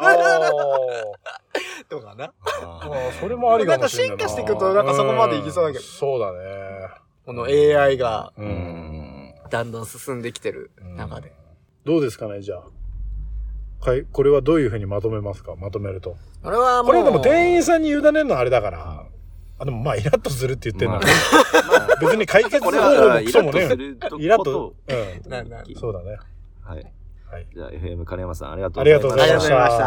とかな。 それもありかもしれない。 なんか進化していくと、なんかそこまでいきそうだけど。 そうだね。 この AI が、だんだん進んできてる中で。 どうですかね、じゃあ。これはどういうふうにまとめますか？まとめると。 これはこれでも店員さんに委ねるのはあれだから。でもまあイラッとするって言ってんだから別に解決方法もクソもね。イラッと。そうだね。 はい。じゃあ FM 金山さんありがとうございました。 ありがとうございました。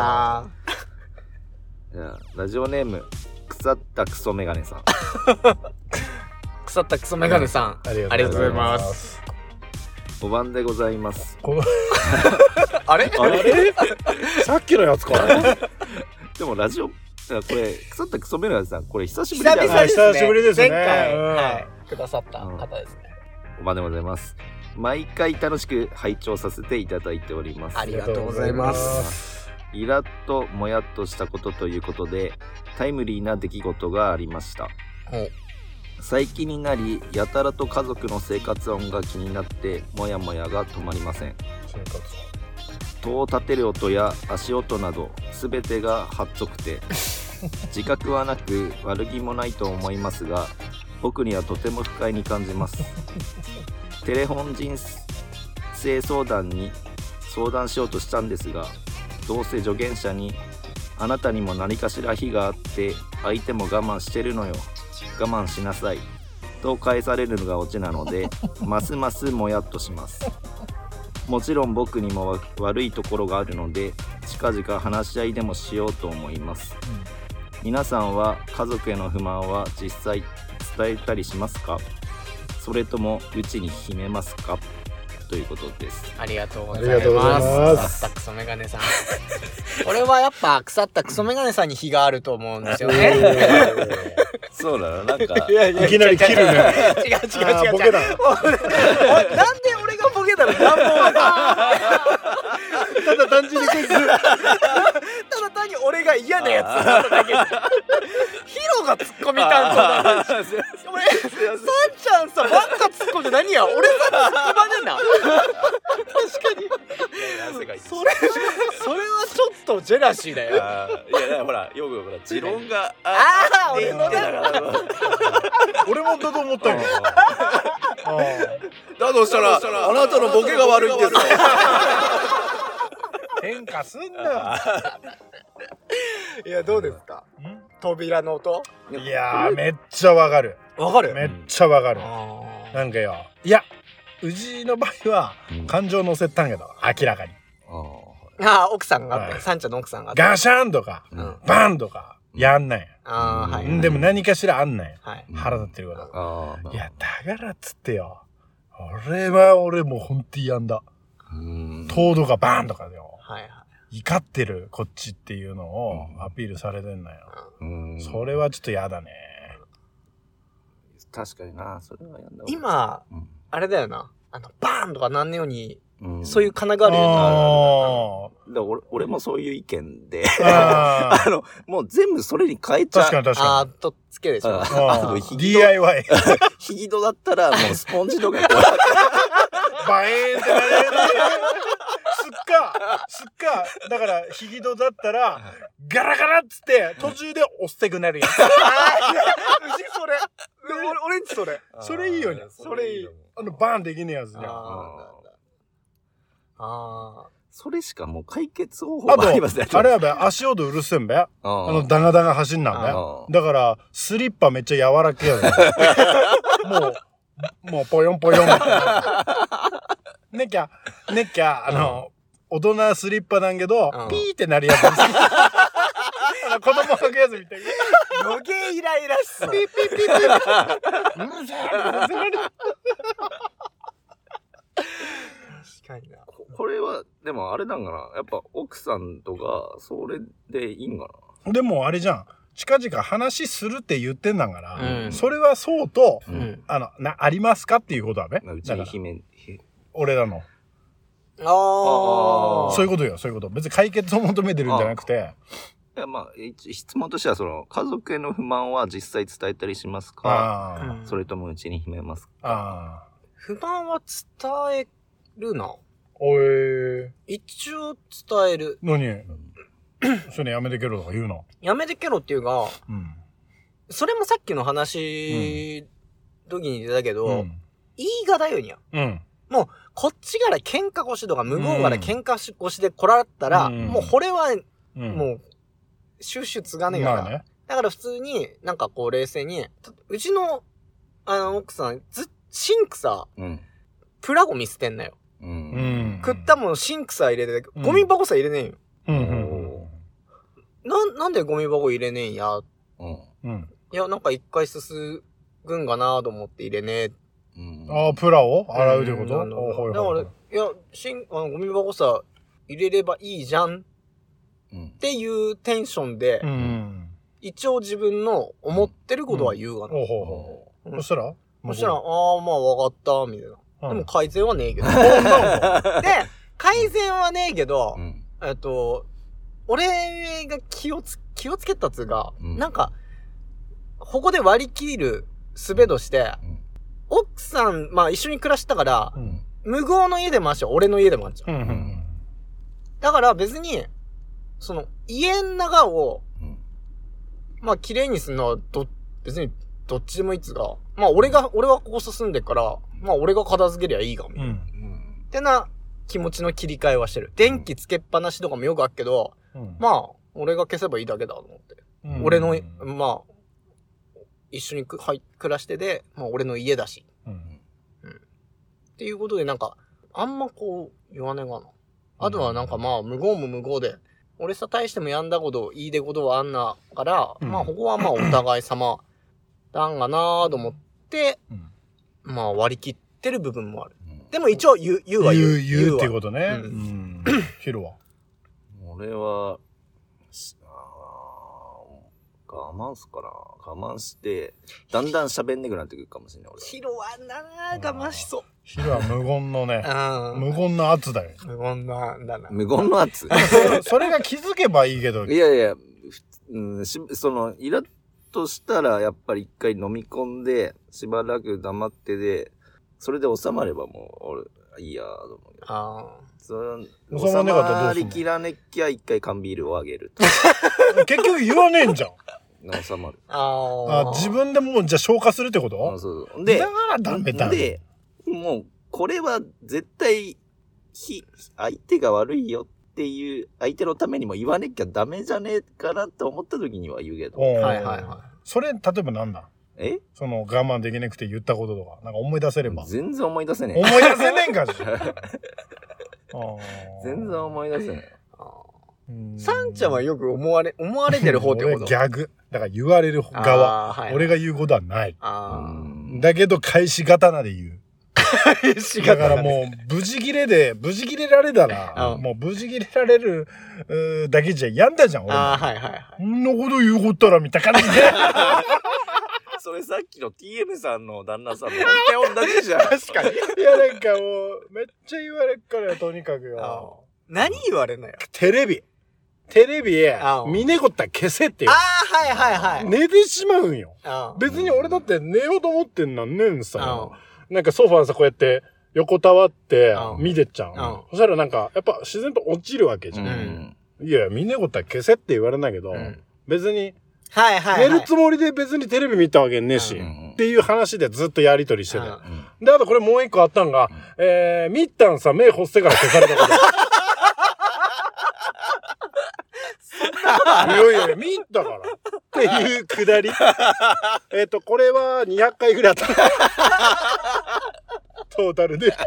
じゃあラジオネーム腐ったクソメガネさん。 腐ったクソメガネさん。ありがとうございます。 5番でございます。 あれさっきのやつか。 でもラジオこれ腐ったクソメガネさんこれ久しぶりじゃないですか。 久しぶりですね。 前回くださった方ですね。 5番でございます。毎回楽しく拝聴させていただいております。 ありがとうございます。 イラッともやっとしたことということでタイムリーな出来事がありました。最近になりやたらと家族の生活音が気になってモヤモヤが止まりません。戸を立てる音や足音など全てがはっぞくて自覚はなく悪気もないと思いますが僕にはとても不快に感じます。テレフォン人生相談に相談しようとしたんですがどうせ助言者にあなたにも何かしら非があって相手も我慢してるのよ我慢しなさいと返されるのがオチなのでますますもやっとします。もちろん僕にも悪いところがあるので近々話し合いでもしようと思います。皆さんは家族への不満は実際伝えたりしますか？それとも内に秘めますか？ということです。 ありがとうございます。腐ったクソメガネさん。これはやっぱ腐ったクソメガネさんに非があると思うんですよね。 そうだな、なんかいきなり切るね。 違う。ボケだ。なんで俺がボケたらなんもわかんない。 ただ単純に俺が嫌なやつだっただけで。ヒロがツッコミ担当だ。俺、サンちゃんさ、ばっかツッコミで何や俺さ、ツッコまねんな。確かに。それはちょっとジェラシーだよ。 いや、ほら、よくほら、持論が俺のだ俺もだと思ったよ。 だとしたら、あなたのボケが悪いんですよ。 変化すんな。 いや、どうですか？扉の音？ いやー、めっちゃわかる。 わかる？ めっちゃわかる。なんかよ、いや、うちの場合は感情乗せたんけど、明らかに。 奥さんがあって、サンちゃんの奥さんがあって。 ガシャンとか、バンとか、やんない。でも何かしらあんない。腹立ってること。いや、だからっつってよ。俺もうほんと嫌んだ。糖度がバーンとかでよ。怒ってるこっちっていうのをアピールされてんのよ。それはちょっと嫌だね。 確かにな、それは嫌だ。 今、あれだよな。バーンとかなんのように、そういう金があるよな。俺もそういう意見で、もう全部それに変えちゃう。 確かに。 とっつけでしょ。 DIY。 ヒギドだったらもうスポンジとかバエーンってなれる。すっか。だから、ヒギドだったら、ガラガラっつって、途中で押してくなるやつ。 それ。俺んちそれ。 それいいよね。 それいい。 バーンできねえやつじゃん。 それしかもう解決方法がありますね。 あれはべ、足音うるせんべ。ダガダガ走んなんべ。だから、スリッパめっちゃ柔らけやね。もう、ぽよんぽよん。ねっきゃ、大人スリッパなんけど、ピーってなるやつ。子供履くやつみたいな。 余計イライラしそう。 ピーピーピーピー。うるせえ。 確かにな。 これは、でもあれなんかな。やっぱ奥さんとか、それでいいんかな。でもあれじゃん。近々話するって言ってんだから、それはそうと、ありますかっていうことだね。 うちに秘め、 俺らの。 そういうことよ、そういうこと。別に解決を求めてるんじゃなくて。 いや、まあ、質問としては、家族への不満は実際伝えたりしますか？それともうちに秘めますか？ 不満は伝えるな。一応伝える。 何それやめてけろとか言うの？ やめてけろっていうか、それもさっきの話、時に言ってたけど、言い方よにや。もう、こっちから喧嘩腰とか、向こうから喧嘩腰で来られたら、もうこれは、もう、収集つがねえから。だから普通に、なんかこう冷静に、うちの、奥さん、シンクさ、プラゴミ捨てんなよ。食ったものシンクさ入れて、ゴミ箱さ入れねえよ。なんでゴミ箱入れねえんや。いや、なんか一回すすぐんかなと思って入れねえ。 プラを洗うってこと？ だから、いや、ゴミ箱さ入れればいいじゃんっていうテンションで、一応自分の思ってることは言うがな。 そしたら、 まあわかった、みたいな。でも改善はねえけど。で、改善はねえけど、俺が気をつけたつうか、なんか、ここで割り切る術として、奥さん、まあ一緒に暮らしたから、無謀の家でもあるし、俺の家でもあるじゃん。だから別に、家の中を、まあ綺麗にするのは、別にどっちでもいいっつうか、まあ俺はここ住んでから、まあ俺が片付けりゃいいが、みたいな。ってな気持ちの切り替えはしてる。電気つけっぱなしとかもよくあるけど、まあ、俺が消せばいいだけだと思って。俺の、まあ、一緒に暮らしてで、まあ俺の家だし。っていうことでなんか、あんまこう言わねえかな。あとはなんかまあ、無謀も無謀で、俺さ大してもやんだこと、いいでことはあんなから、まあここはまあお互い様だんがなーと思って、まあ割り切ってる部分もある。でも一応言うっていうことね。ヒロは？ 俺は、我慢すかな。我慢して、だんだん喋んねくなってくるかもしれない。俺。 ヒロは我慢しそう。 ヒロは無言のね、無言の圧だよ。 無言だな。 無言の圧それが気づけばいいけど。 いやいや、イラッとしたら、やっぱり一回飲み込んで、しばらく黙ってで、それで収まればもう、俺、いいやと思うけど。収まりきらねきゃ一回缶ビールをあげる。 結局言わねえんじゃん。 収まる。 自分でもうじゃあ消化するってこと？ そうで、だからダメだ。で、もう、これは絶対、相手が悪いよっていう、相手のためにも言わなきゃダメじゃねえかなって思った時には言うけど。 それ、例えばなんだ？我慢できなくて言ったこととか、なんか思い出せれば。 全然思い出せねえ。 思い出せねえんかじゃ。 全然思い出せねえ。 サンちゃんはよく思われてる方ってこと？ 逆。だから言われる側。俺が言うことはない。だけど返し刀で言う。だからもう、無事切れられたら、もう無事切れられるだけじゃやんだじゃん、俺。そんなこと言うこったら、みたいな感じで。 それさっきの TM さんの旦那さんも本当に同じじゃん。 確かに。 いや、なんかもう、めっちゃ言われっからよ、とにかくよ。 何言われんのよ。 テレビ、見ねこったら消せってよ。寝てしまうんよ。別に俺だって寝ようと思ってんなんねんさ。なんかソファーさ、こうやって横たわって見てっちゃう。そしたらなんか、やっぱ自然と落ちるわけじゃん。いや、見ねこったら消せって言われないけど、別に、寝るつもりで別にテレビ見たわけねえし、っていう話でずっとやりとりしてて。で、あとこれもう一個あったんが、ミッタンさ、目干してから消されたこと。いや、見たから。っていうくだり。これは200回ぐらいあった。トータルで。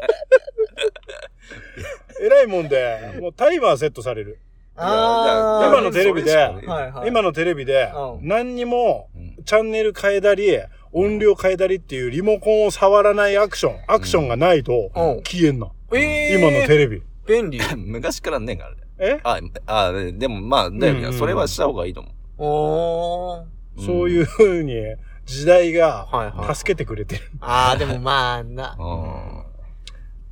えらいもんで、もうタイマーセットされる。今のテレビで、何にもチャンネル変えたり、音量変えたりっていうリモコンを触らないアクションがないと消えんな。今のテレビ。 便利。 昔からねえからね。でもまあ、だよね。それはした方がいいと思う。そういう風に時代が助けてくれてる。 でもまあな。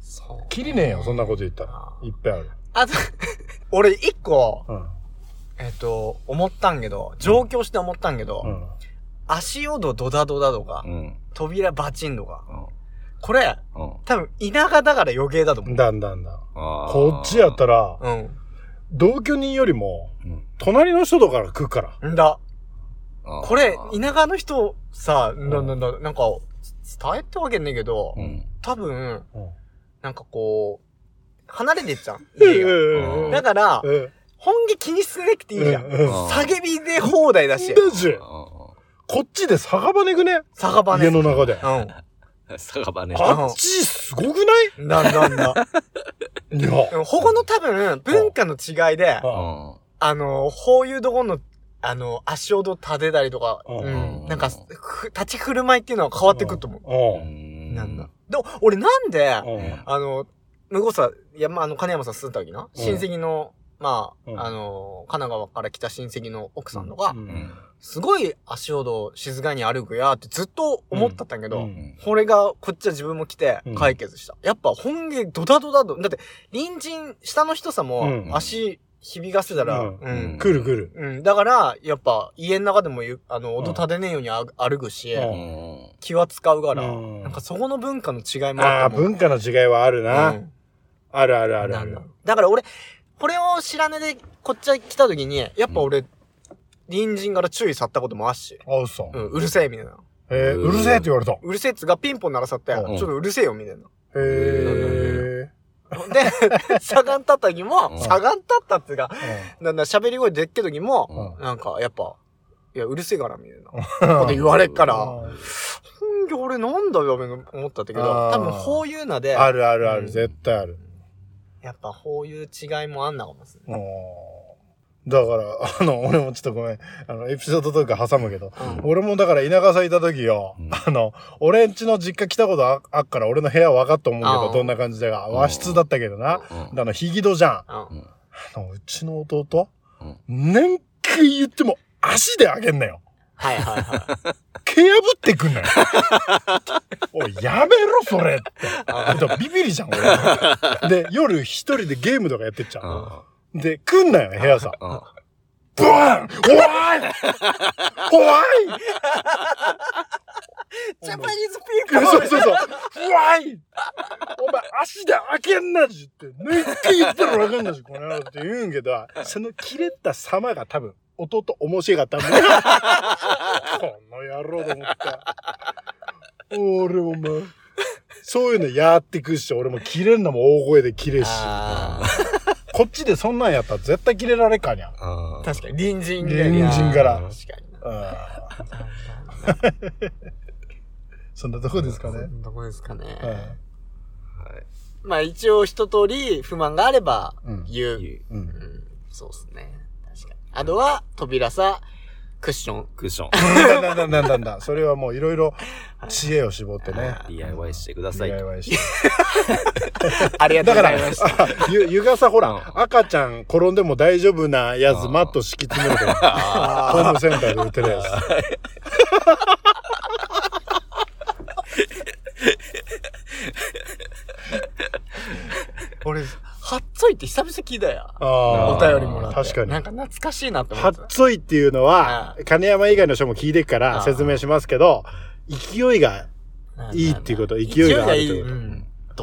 そう。 きりねえよ、そんなこと言ったら。いっぱいある。 あと、俺一個、思ったんけど、上京して思ったんけど、足音ドダドダとか、扉バチンとか、これ、多分田舎だから余計だと思う。 だん。こっちやったら、同居人よりも、隣の人とかから来るから。 んだ。これ、田舎の人さ、なんか、伝えてわけねえけど、多分、なんかこう、離れてっちゃう。家が。だから、本気気にしてなくていいじゃん。叫びで放題だし。 こっちで酒場ねくね酒場ね。 家の中で。 酒場ね。 あっちすごくないなんだ。 いや。 ここの多分、文化の違いで、こういうとこの、足音立てたりとか、なんか、立ち振る舞いっていうのは変わってくると思う。なんだ。でも、俺なんで、向こうさ、金山さん住んだ時な、親戚の、神奈川から来た親戚の奥さんとか、すごい足音静かに歩くやってずっと思ったんだけど、これが、こっちは自分も来て解決した。やっぱ本気ドダドダと、だって隣人、下の人さも足響かせたら、 来る。 だから、やっぱ家の中でも音立てねえように歩くし、気は使うから、なんかそこの文化の違いもある。 文化の違いはあるな。ある。 だから俺、これを知らねでこっち来た時に、やっぱ俺、隣人から注意さったこともあっし。 嘘。 うるせえみたいな。 うるせえって言われた。 うるせえっつがピンポン鳴らさって、ちょっとうるせえよみたいな。で、しゃがん立った時も、しゃがん立ったっていうか、喋り声でっけ時も、なんかやっぱ、いや、うるせえからみたいな。こと言われっから、俺なんだよ、思ったんだけど、多分こういうので。 ある、絶対ある。 やっぱこういう違いもあんなかもしれない。 だから、俺もちょっとごめん、エピソードとか挟むけど、俺もだから田舎さいた時よ、俺んちの実家来たことあっから俺の部屋分かっと思うけど、どんな感じだか、和室だったけどな、ひぎ戸じゃん。うちの弟、年回言っても足であげんなよ。蹴破ってくんなよ。おい、やめろ、それって。ビビりじゃん、俺。で、夜一人でゲームとかやってっちゃう。で、来んなよ、部屋さ。ブワン！怖い！ ジャパニーズピーポー！ そう。怖い！お前、足で開けんなしって、抜いて言ったらわかんないし、この野郎って言うんけど、その切れた様が多分、弟面白かったんだよ。この野郎と思った。俺もまあ、そういうのやってくし、俺も切れんのも大声で切れし。こっちでそんなんやったら絶対切れられかにゃ。 確かに、隣人から。 確かに。そんなとこですかね。 そんなとこですかね。まあ一応一通り不満があれば言う。そうですね。確かに。あとは、扉さ、クッション。 なんだ。それはもういろいろ知恵を絞ってね。 DIY してください。 DIY して。 ありがとうございました。 だから、ゆがさ、ほら、赤ちゃん転んでも大丈夫なやつ、マット敷き詰めるから。ホームセンターで売ってるやつ。 俺、はっついって久々聞いたよ。お便りもらって。 確かに。 なんか懐かしいなって思って。 はっついっていうのは、金山以外の人も聞いてくから説明しますけど、勢いがいいっていうこと、勢いがあるってこと。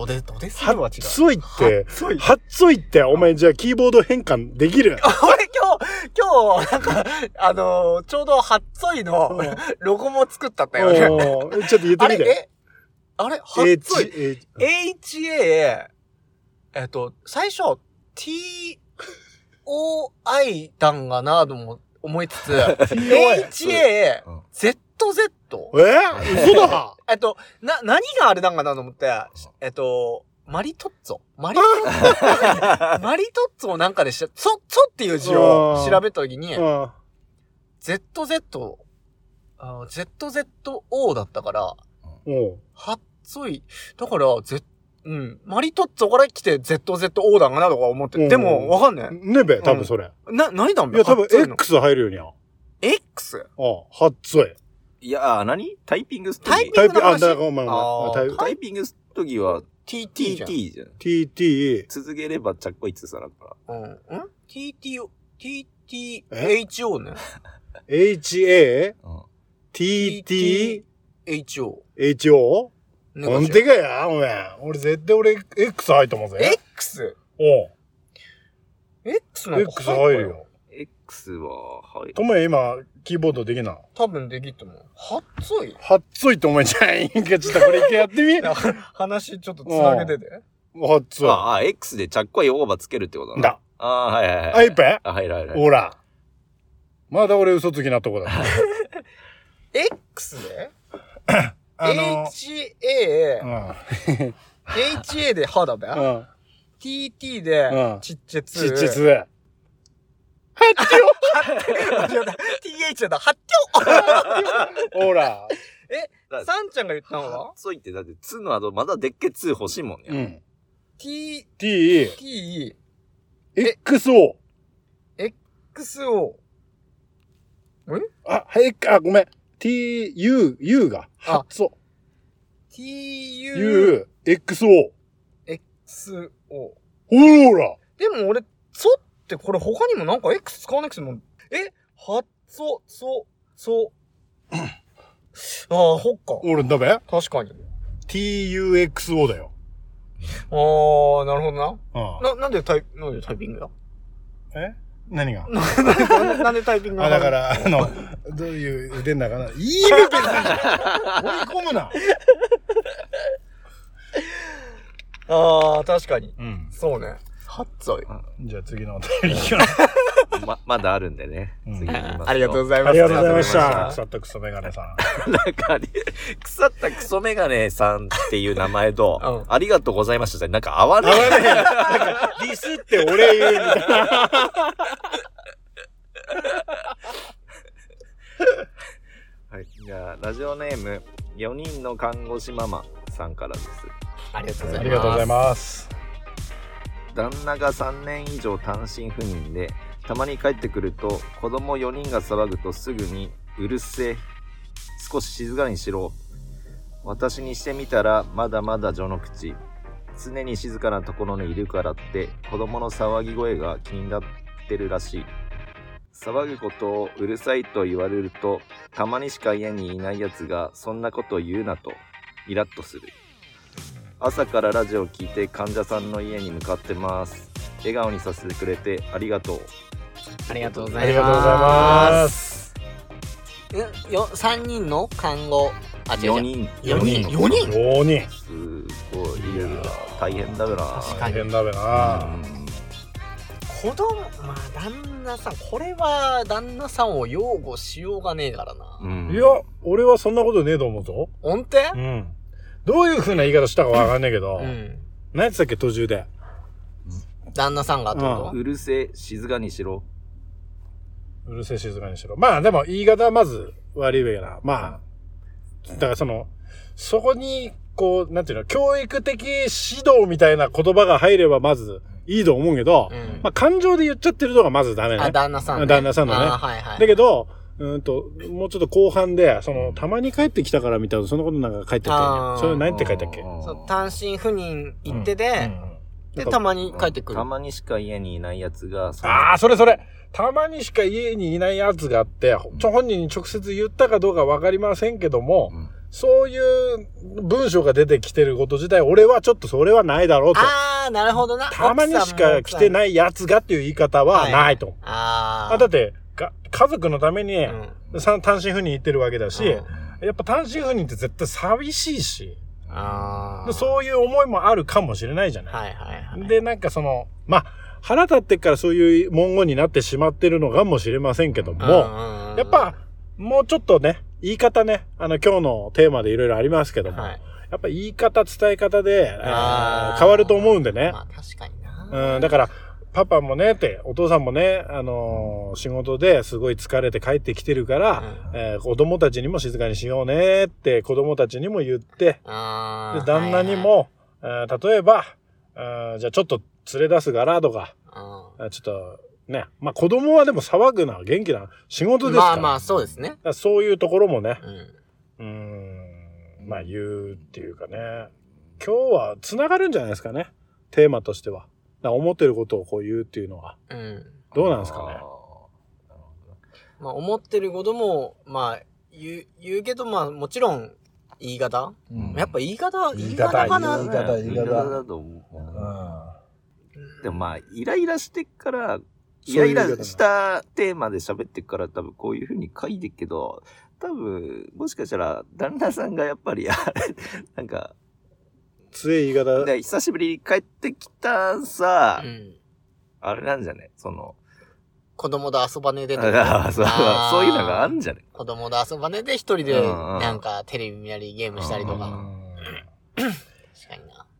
どですはっついって、お前じゃあキーボード変換できる？ 俺今日、なんか、ちょうどはっついのロゴも作ったったよ。 ちょっと言ってみて。 あれはっつい。HA、最初、TOI だんがなぁと思いつつ、HA、ZZ。 嘘だ何があれだんかなと思って、マリトッツォマリトッツォなんかでツォっていう字を調べたときに、ZZO だったから、はっつい、だから、マリトッツォから来て ZZO だんかなとか思って、でもわかんねえ。 ねべ、多分それ。 何だんべ？ いや、多分 X 入るよにゃ。 X？ はっつい。 いや、何タイピングするタイピングの話。 タイピングするときは TT じゃん。 TT じゃん。 TT。 続ければちゃっこいつさだから。 TTHO ね。 HA? TT? HO? なんてかや、お前。俺絶対X 入ってますぜ。 X? おう。 X なんか X 入るよ。 X は入る。 ともや今、キーボードできな。 多分できっと思う。はっついはっついってお前じゃん。いいか、ちょっとこれ一回やってみ。 話ちょっとつなげてて。 はっつい。 X でちゃっこいオーバーつけるってことだな。 だ。 はいはいはい。 あ、いっぺはいはいはい。 ほら。まだ俺嘘つきなとこだ。 X でHA で歯だべ ?TT でちっちゃつ。 ちっちゃつ。はっちょ !TH だ、はっちょほら。 さんちゃんが言ったのはそう言って、だって、つの後、まだでっけつ欲しいもんね。 うん。 T、 XO。 XO。 ごめん。U が。はっそ。 TU、 XO。 XO。 ほら。 でも俺、そってこれ他にもなんか X 使わなくても、はっそ、ほっか。 俺だべ確かに。 TUXO だよ。 なるほどな。なんでタイピングだ何がなんでタイピングだから、どういう腕んだかな。いいべ、別に。追い込むな。 確かに。 うん。 そうね。はっつい。 じゃあ次のお便りいきます。 まだあるんでね。次にありがとうございます。 ありがとうございました。腐ったクソメガネさん。 なんか、腐ったクソメガネさんっていう名前と、ありがとうございました。なんか合わない。 なんか、ディスって俺言うみたいな。 はい。じゃあ、ラジオネーム、4人の看護師ママさんからです。 ありがとうございます。 ありがとうございます。 旦那が3年以上単身赴任で、たまに帰ってくると子供4人が騒ぐとすぐにうるせえ、少し静かにしろ。私にしてみたらまだまだ序の口。常に静かなところにいるからって子供の騒ぎ声が気になってるらしい。騒ぐことをうるさいと言われると、たまにしか家にいないやつがそんなことを言うなとイラッとする。朝からラジオを聞いて患者さんの家に向かってます。笑顔にさせてくれてありがとう。 ありがとうございます。 ありがとうございます。 3人の看護、 4人。 すごい。 いや、大変だべな。 大変だべな。 子供、旦那さん、これは旦那さんを擁護しようがねえからな。 いや、俺はそんなことねえと思うぞ。 ほんと？ どういう風な言い方したかわかんないけど、何やってたっけ途中で。 旦那さんがってこと？ うるせえ、静かにしろ。 うるせえ、静かにしろ。まあでも言い方はまず悪いべやな。まあ、だからそこに、こう、なんていうの、教育的指導みたいな言葉が入ればまずいいと思うけど、まあ感情で言っちゃってるのがまずダメね。 旦那さんね。 旦那さんのね。だけど、もうちょっと後半で、たまに帰ってきたからみたいな、そんなことなんか書いてたよ。それ何って書いたっけ？ 単身赴任行ってで、たまに帰ってくる。 たまにしか家にいないやつが。 それ。たまにしか家にいないやつがあって、本人に直接言ったかどうかわかりませんけども、そういう文章が出てきてること自体、俺はちょっとそれはないだろうと。 なるほどな。 たまにしか来てないやつがっていう言い方はないと。だって、家族のために、単身赴任行ってるわけだし、やっぱ単身赴任って絶対寂しいし、そういう思いもあるかもしれないじゃない。で、なんかまあ、腹立ってからそういう文言になってしまってるのかもしれませんけども、やっぱ、もうちょっとね、言い方ね、今日のテーマでいろいろありますけども、やっぱ言い方、伝え方で、変わると思うんでね。 まあ確かにな。 だから、パパもねって、お父さんもね、仕事ですごい疲れて帰ってきてるから、子供たちにも静かにしようねって子供たちにも言って、で、旦那にも、例えば、じゃあちょっと連れ出すからとか、ちょっと、ね。まあ子供はでも騒ぐな、元気な仕事ですから。 まあそうですね。 そういうところもね、まあ言うっていうかね。 今日は繋がるんじゃないですかね。テーマとしては。思ってることをこう言うっていうのは。どうなんですかね。 まあ思ってることも、まあ言うけど、まあもちろん言い方、やっぱ言い方かな。 言い方だと思う。でもまあ、イライラしてから、イライラしたテーマで喋ってから多分こういう風に書いてるけど、多分、もしかしたら旦那さんがやっぱり、なんか、 強い言い方。 で、久しぶりに帰ってきたさ、あれなんじゃねその、 子供と遊ばねえでとか。そういうのがあるんじゃね子供と遊ばねえで一人で、なんかテレビ見たりゲームしたりとか。確かにな。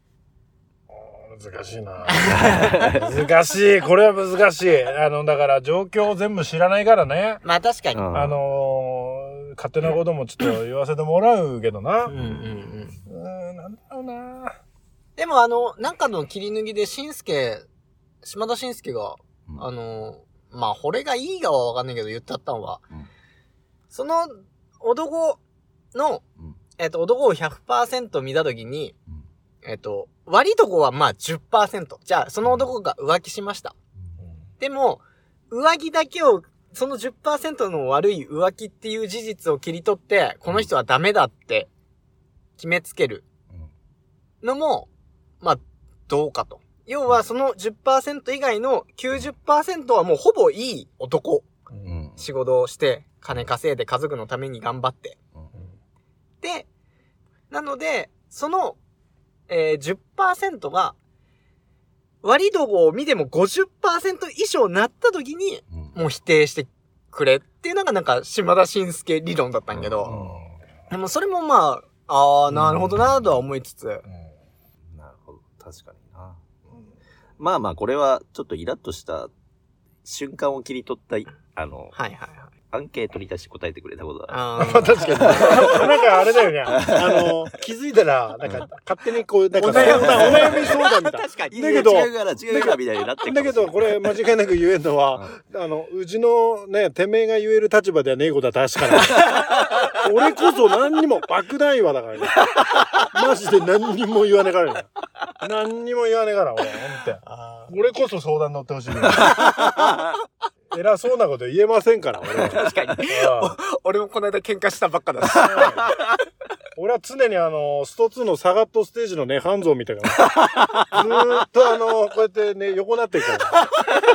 難しいな難しい。これは難しい。だから状況を全部知らないからね。 まあ確かに。 勝手なこともちょっと言わせてもらうけどな。なんだろうな。 でもなんかの切り抜きで島田紳介が、まあ、惚れがいいがはわかんないけど言ってあったのは、その男の、男を 100% 見たときに、悪いとこはまあ 10%。じゃあ、その男が浮気しました。でも、浮気だけを、その 10% の悪い浮気っていう事実を切り取って、この人はダメだって決めつけるのも、まあ、どうかと。要はその 10% 以外の 90% はもうほぼいい男。仕事をして、金稼いで家族のために頑張って。で、なので、その、10% が、悪いとこを見ても 50% 以上なった時に、もう否定してくれっていうのがなんか島田紳介理論だったんやけど、でもそれもまあ、なるほどなとは思いつつ。なるほど。確かにな。まあまあ、これはちょっとイラッとした瞬間を切り取った、アンケートに対して答えてくれたことだ。 確かに。なんかあれだよね。気づいたら、なんか勝手にこう、なんかお悩み相談みたいな。 確かに。だけど、違うからみたいになってる。 だけど、これ間違いなく言えるのは、うちのね、てめえが言える立場ではねえことは確かに。俺こそ何にも、爆弾岩だからね。マジで何にも言わねえからね。何にも言わねえから、俺。俺こそ相談乗ってほしい。偉そうなこと言えませんから、俺は。 確かに。俺もこの間喧嘩したばっかだし。 俺は常にスト2のサガットステージのね、ハンゾーみたいな。ずーっとこうやってね、横なってるから。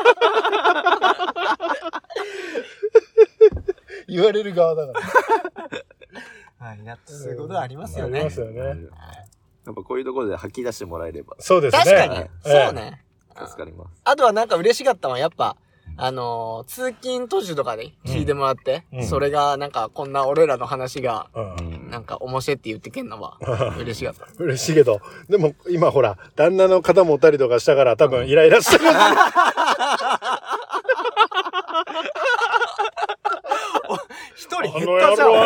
言われる側だから。 はい、そういうことありますよね。 ありますよね。やっぱこういうところで吐き出してもらえれば。 そうですね。 確かに。そうね。 助かります。 あとはなんか嬉しかったのはやっぱ、通勤途中とかで聞いてもらって、それがなんかこんな俺らの話が、なんか面白いって言ってけんのは嬉しかった。 嬉しいけど、でも今ほら、旦那の肩持ったりとかしたから多分イライラしてる。 一人減ったじゃん。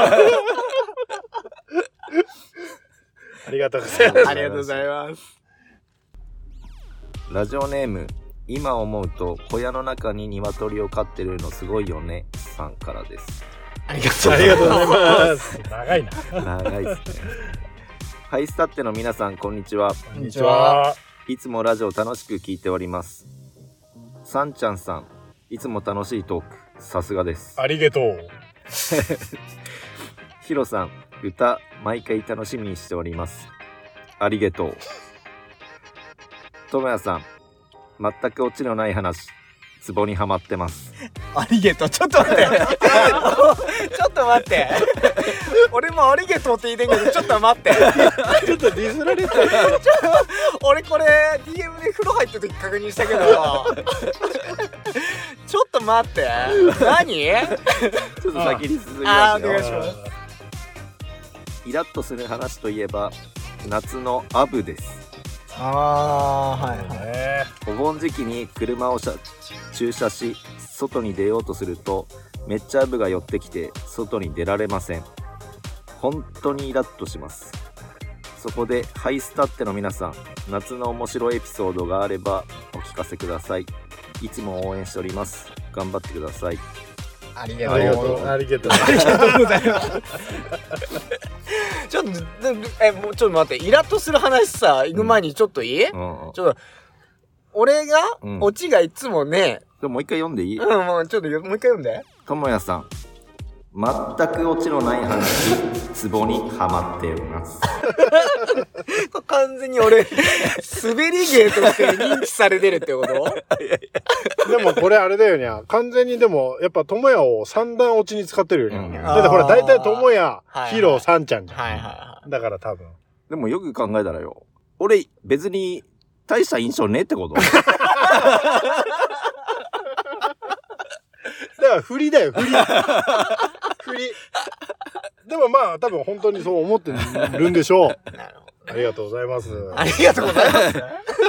ありがとうございます。 ありがとうございます。 ラジオネーム、今思うと小屋の中に鶏を飼ってるのすごいよねさんからです。 ありがとうございます。 長いな。 長いですね。ハイスタッテの皆さんこんにちは。 こんにちは。 いつもラジオ楽しく聞いております。さんちゃんさん、いつも楽しいトークさすがです。 ありがとう。 ヒロさん、歌毎回楽しみにしております。ありがとう。ともやさん、全くオチのない話、ツボにはまってます。 ありがとう。ちょっと待って。ちょっと待って。俺もありがとうって言いてんけど、ちょっと待って。 ちょっとディスられた。 俺これ DM で風呂入った時確認したけど。ちょっと待って。何？ ちょっと先に進みますよ。 お願いします。 イラッとする話といえば夏のアブです。 はいお盆時期に車を駐車し外に出ようとするとめっちゃアブが寄ってきて外に出られません。本当にイラッとします。そこでハイスタッテの皆さん、夏の面白いエピソードがあればお聞かせください。いつも応援しております。頑張ってください。 ありがとうございます。 ちょっもうちょっと待って、イラッとする話さ、行く前にちょっといい？ちょっと、俺が、オチがいつもね、 もう一回読んでいい？ もうちょっともう一回読んで。 ともやさん。全くオチのない話、ツボにハマっています。 完全に俺、滑り芸として認知されてるってこと？ でもこれあれだよにゃ。完全にでも、やっぱともやを三段落ちに使ってるよにゃ。だってほら、大体ともや、ヒロ、サンちゃんじゃん。はいはいはい。だから多分。 でもよく考えたらよ、俺別に大した印象ねえってこと？ だから振りだよ、振り。振り。でもまあ、多分本当にそう思ってるんでしょう。なるほど。ありがとうございます。 ありがとうございます。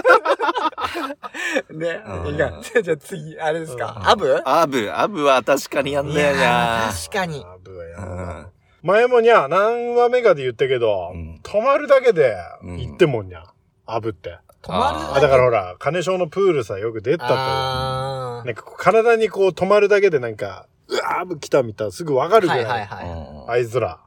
ね。じゃあ次、あれですか。アブは確かにやんだよな。 確かに。 アブはやんだ。前もにゃ、何話目かで言ったけど、止まるだけで言ってもんにゃ。アブって。 止まるだからほら、金賞のプールさ、よく出たと。なんか体にこう止まるだけでなんか、うわー、アブ来たみたいなすぐわかるじゃない。はいはいはい。あいづら。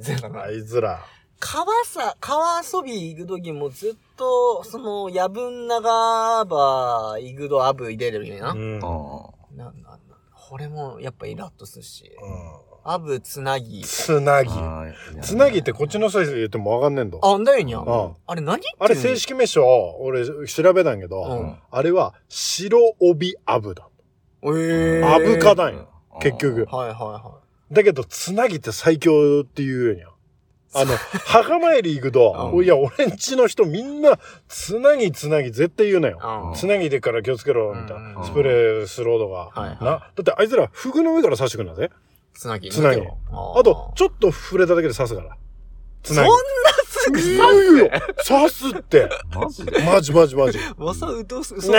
川遊び行くときもずっと、夜分長ば行くとアブ入れるよな。これもやっぱイラッとするし。アブつなぎってこっちの人言ってもわかんねえんだ。 あんだよにゃ。あれ何？ あれ正式名称、俺調べたんけど、あれは白帯アブだ。アブ科だよ。結局。はいはいはい。だけど、つなぎって最強って言うよにゃ。墓参り行くと、いや、俺んちの人みんな、つなぎ絶対言うなよ。つなぎでから気をつけろ、みたいな。スプレースロードが。だってあいつら、フグの上から刺してくんだぜ。 つなぎ。 あと、ちょっと触れただけで刺すから。 そんなすぐ刺すよ。刺すって。 マジで？ マジ。 わさうとす。 ちょ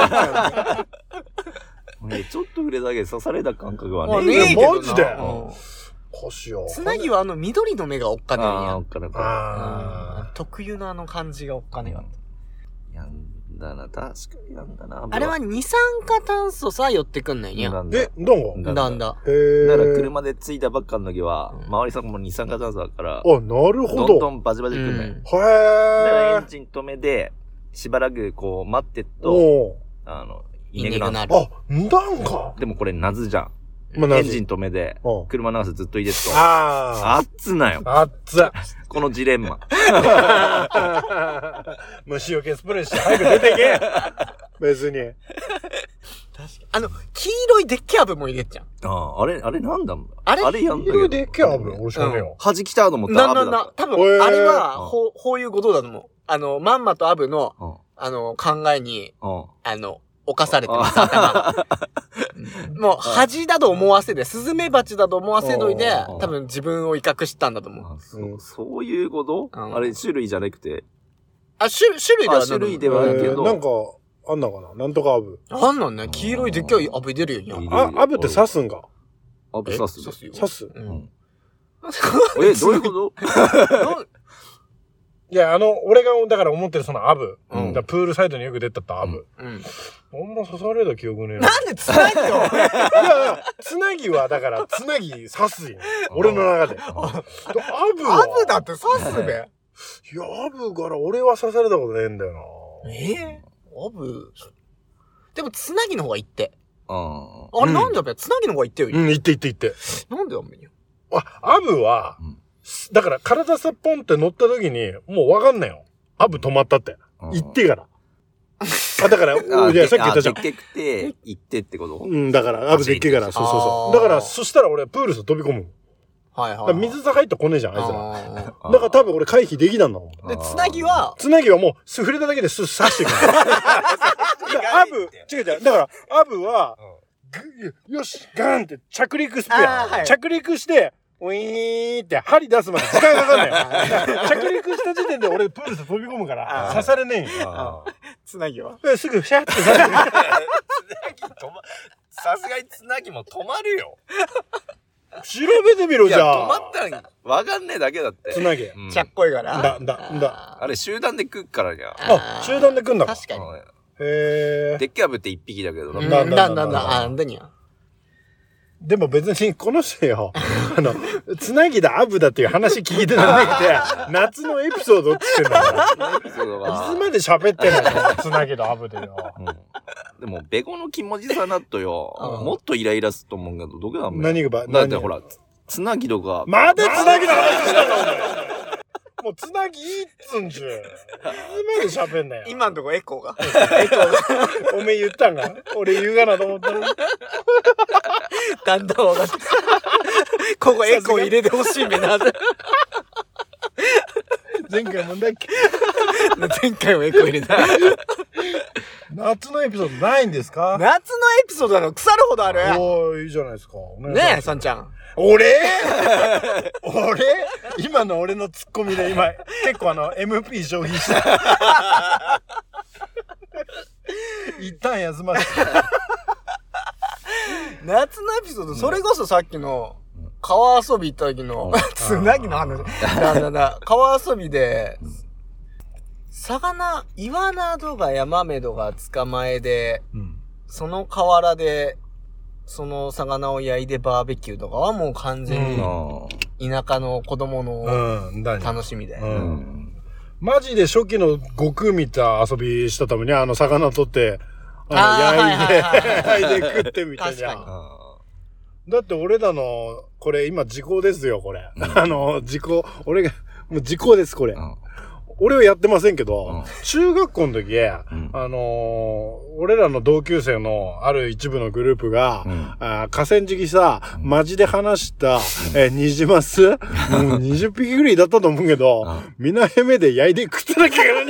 っと触れただけで刺された感覚はね。 マジで。 つなぎは緑の目がおっかねえや。 おっかねえ。特有の感じがおっかねえや。 やんだな、確かにやんだな。 あれは二酸化炭素さ寄ってくんないんや。 どんだ。 だから車で着いたばっかの時は、周りさんも二酸化炭素だから、 なるほど。 どんどんバチバチくんない。だからエンジン止めで、しばらくこう待ってっと、いねくなる。 なんか。 でもこれ夏じゃん。エンジン止めで、車の中ずっと入れると、熱なよ。このジレンマ。 虫除けスプレーして早く出ていけ。別に。 確かに。黄色いデッキアブも入れっちゃう。 あれなんだあれやんだけど。 黄色いデッキアブ俺知らねえよ。 端来たと思ったらアブだった。 多分、あれは、こういうことだと思う。まんまとアブの、考えに、侵されてます、頭が。もう、恥だと思わせて、スズメバチだと思わせといて、多分自分を威嚇したんだと思う。そういうこと？あれ、種類じゃなくて。 種類ではあるけど。 なんか、あんなかななんとかアブ。 あんなんね、黄色いでっかいアブ出るよね。 アブって刺すんか？ アブ刺す？ 刺す？ どういうこと？ いや、俺が、だから思ってるそのアブ。プールサイドによく出たったアブ。あんま刺された記憶ねえな。 なんでつなぎよ。いや、つなぎは、だから、つなぎ刺すよ。俺の中で。アブだって刺すべ。いや、 アブから俺は刺されたことねえんだよな。 アブ。でも、つなぎの方がいいって。 あれなんでやっぱつなぎの方がいいってよ。 いって。 なんでやんめんよ。 アブは、だから体さポンって乗った時に、もうわかんないよ。アブ止まったって。行ってから。だから、いや、さっき言ったじゃん。 でっけくて、行ってってこと？ だから、アブでっけから、そう。だから、そしたら俺、プールさ飛び込む。水さ入ってこねえじゃん、あいつら。だから多分俺回避できたんだもん。 で、つなぎはもう、触れただけで刺してくる。違う。だから、アブは、よし、ガーンって着陸して、ウィーンって針出すまで時間かかんないよ。着陸した時点で俺プールで飛び込むから刺されねえよ。 つなぎはすぐシャッて刺される。 さすがにつなぎも止まるよ。 調べてみろじゃあ。 止まったらわかんねえだけだって。 つなげ。 ちゃっこいから。 あれ集団で食うからじゃん。 集団で食うんだ。 確かに。 へえ。 でっけアブって一匹だけど。 なんだにゃ。 でも別にこの人よ、つなぎだアブだっていう話聞いてなくて、夏のエピソードって言ってんだから。いつまで喋ってんのよ、つなぎだアブでよ。 でも、ベゴの気持ちさなっとよ、もっとイライラすると思うけど、どこだもん。 何がだってほら、つなぎとか。 まだつなぎの話したのもうつなぎいいっつんじゅ。いつまで喋んなよ。 今んとこエコーが。 おめえ言ったんか俺言うかなと思ったのに。 だんだん分かった。ここエコー入れてほしいめな。 前回もんだっけ前回もエコー入れた。 夏のエピソードないんですか？ 夏のエピソード腐るほどある。 おー、いいじゃないですか。 ねえ、さんちゃん。 俺今の俺のツッコミで今、結構MP 消費した。一旦休ませて。 夏のエピソード、それこそさっきの、川遊び行った時の、つなぎの話。川遊びで、魚、イワナとかヤマメとか捕まえで、その河原で、その魚を焼いてバーベキューとかはもう完全に田舎の子供の楽しみで。 マジで初期の悟空見た遊びしたために魚取って、焼いて食ってみたじゃん。だって俺らの、これ今時効ですよ、これ。時効、俺が、もう時効です、これ。俺はやってませんけど、中学校の時、俺らの同級生のある一部のグループが、河川敷さ、マジで話した、ニジマス、もう20匹ぐらいだったと思うけど、みんなヘメで焼いて食ってなきゃいけない。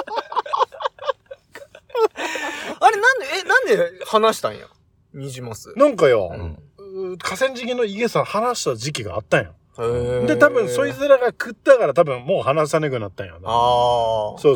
あれなんで話したんやニジマス。 なんかよ、河川敷の家さ、話した時期があったんよ。で、多分、そいつらが食ったから多分もう話さなくなったんやな。そう。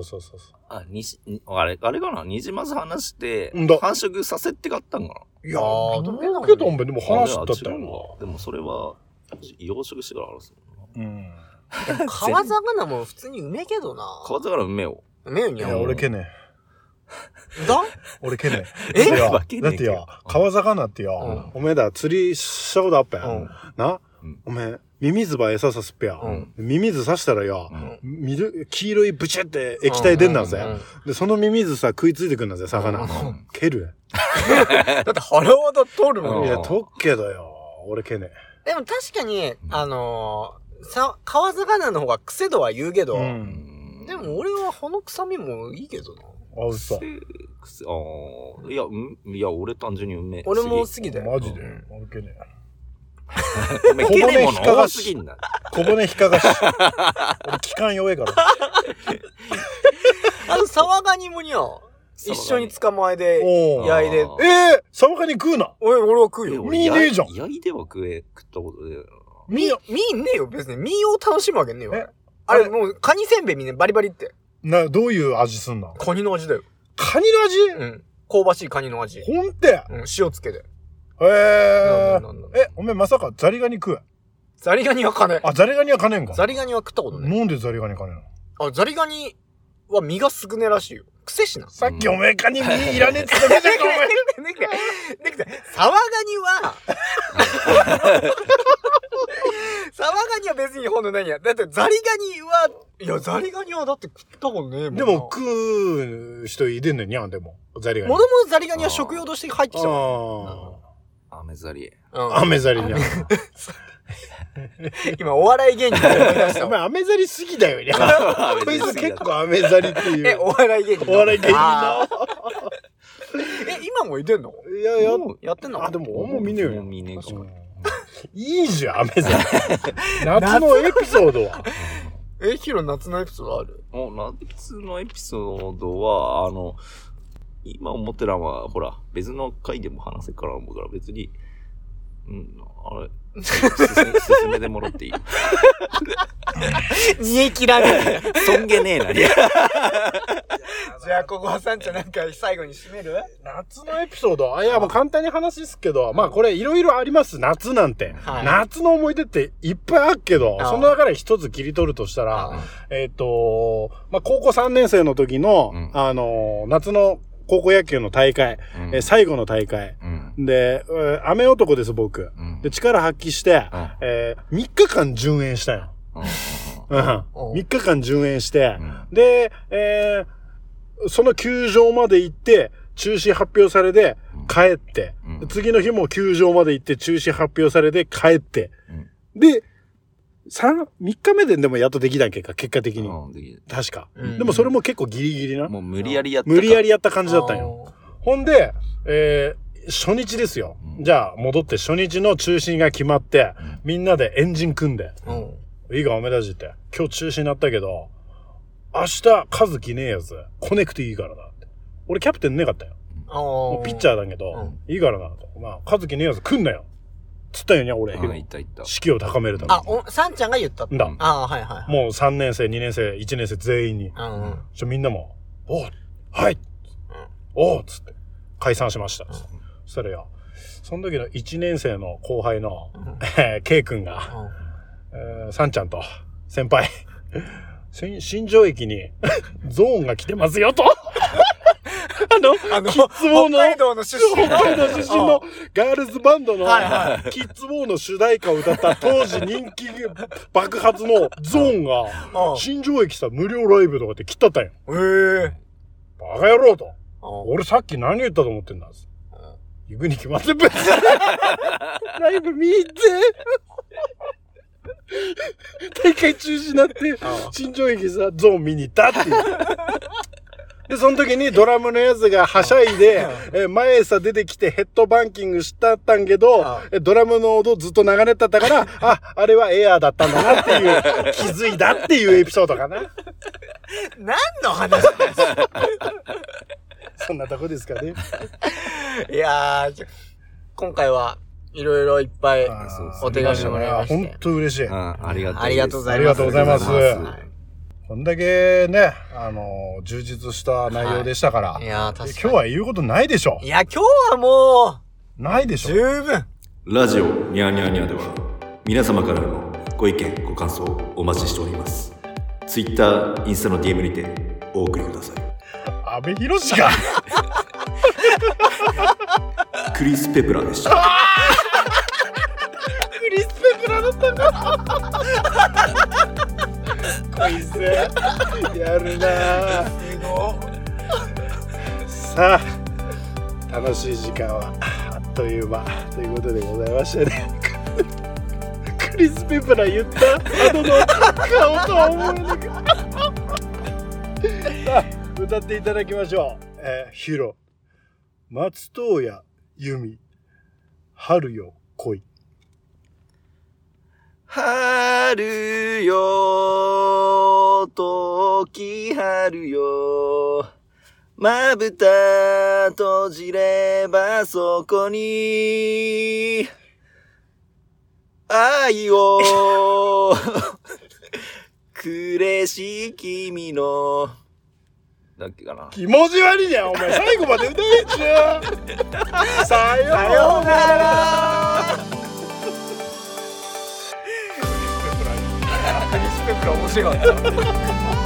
あれかなニジマス話して、繁殖させて買ったんかな。いやー、どうけど、でも話したったよな。 でもそれは、養殖してから話すの。川魚も普通にうめえけどな。 川魚うめえよ。 うめえにゃ。いや、俺けねえ。俺けねえ。 だってよ、川魚ってよ、おめえだ、釣りしたことあっぺん。なおめえ、ミミズば餌さすっぺや。ミミズ刺したらよ、黄色いブチェって液体出んだぜ。で、そのミミズさ、食いついてくんだぜ、魚。蹴る。 だって腹渡取るもん。 いや、取っけどよ。俺けねえ。でも確かに、川魚の方が癖度は言うけど、でも俺はこの臭みもいいけどな。 あ、嘘。 いや、俺単純にうめえ。 俺も好きだよ。 マジで。俺けねえ。 小骨引っかがし。 小骨引っかがし。俺、気管弱いから。 サワガニもにゃ、一緒に捕まえで、焼いで。 サワガニ食うな。 俺は食うよ。 身ねえじゃん。 焼いては食ったことで。 身ねえよ、別に。身を楽しむわけねえよ。あれ、もう、カニせんべいみね、バリバリって。 どういう味すんの？ カニの味だよ。 カニの味？ 香ばしいカニの味。 ほんて？ 塩つけで。 おめえまさかザリガニ食う？ ザリガニはかねえ。 ザリガニはかねえんか。 ザリガニは食ったことね。 なんでザリガニかねえの？ザリガニは身が少ねえらしいよ。癖しな。 さっきおめえカニ身いらねえって言ったじゃんか、お前。 サワガニは、サワガニは別にほんと何や。だってザリガニは、いや、ザリガニはだって食ったことねえもんな。 でも食う人いてんのにゃん、でも。ザリガニ。 もともとザリガニは食用として入ってきたもん。アメザリ。 アメザリにゃん。 今、お笑い芸人で思い出した。 お前、アメザリ好きだよね。こいつ結構アメザリっていう。 お笑い芸人。 お笑い芸人の。 今もいてんの？ いや、 やってんの？ でも、もう見ねえよ。 見ねえか。 いいじゃん、アメザリ。夏のエピソードは。 ヒロ夏のエピソードある？ 夏のエピソードは、今思ってるのは、ほら、別の回でも話せるから思うから別に、あれ、進めてもらっていい？ 煮え切らねえ。そんげねえな。 じゃあ、ここはさんちゃんなんか最後に締める？ 夏のエピソード？いや、もう簡単に話すけど、まあこれいろいろあります、夏なんて。夏の思い出っていっぱいあるけど、その中で一つ切り取るとしたら、まあ高校3年生の時の、夏の高校野球の大会、最後の大会、 で、雨男です僕、で力発揮して、3日間順延したよ、3日間順延して、で、その球場まで行って中止発表されて帰って、次の日も球場まで行って中止発表されて帰って、で3日目でもやっとできたんけか、結果的に。確か。でもそれも結構ギリギリな。 もう無理やりやった感じだったんよ。ほんで、初日ですよ。じゃあ戻って初日の中止が決まって、みんなでエンジン組んで、いいかおめだじって、今日中止になったけど、明日数来ねえやつ、コネクトいいからなって。俺キャプテンねえかったよ。もうピッチャーだけど、いいからなと。まあ、数来ねえやつ来んなよ。つったよにゃ、俺。士気を高めるために。 サンちゃんが言ったんだ。はいはい。 もう3年生、2年生、1年生全員に。みんなも、はい、おうつって、解散しました。そしたらよ、その時の1年生の後輩の、K 君が、サンちゃんと、先輩、新庄駅にゾーンが来てますよと。キッズウォーの、 北海道の出身のガールズバンドのキッズウォーの主題歌を歌った当時人気爆発のゾーンが新庄駅さ無料ライブとかって来ったったんよ。バカ野郎と。俺さっき何言ったと思ってんだ。行くに決まってんべ。ライブ見て。大会中止になって新庄駅さゾーン見に行ったっていう。で、その時にドラムのやつがはしゃいで、前さ出てきてヘッドバンキングしたったんけど、ドラムの音ずっと流れてたから、あれはエアーだったんだなっていう、気づいたっていうエピソードかな。 何の話ですか？ そんなとこですかね。 いやー、今回はいろいろいっぱいお手紙もらいまして。 本当嬉しい。 ありがとうございます。 ありがとうございます。こんだけね、充実した内容でしたから。 いや確かに。 今日は言うことないでしょ。 いや、今日はもう、ないでしょ。 十分。 ラジオニャーニャーニャーでは、皆様からのご意見、ご感想をお待ちしております。Twitter、インスタの DM にてお送りください。 阿部寛がクリス・ペプラーでした。 クリス・ペプラーだったか。こいつやるなぁ。 すごい。さあ、楽しい時間はあっという間ということでございましてね。クリス・ペプラー言った後の顔とは思えなくさあ、歌っていただきましょう。ヒロ松任谷由実、春よ来い。 春よ時春よ、まぶた閉じればそこに愛をくれし君のだっけかな。 気持ち悪いじゃんお前、最後まで歌えちゃう。さようなら。 クリス・ペプラー面白かった。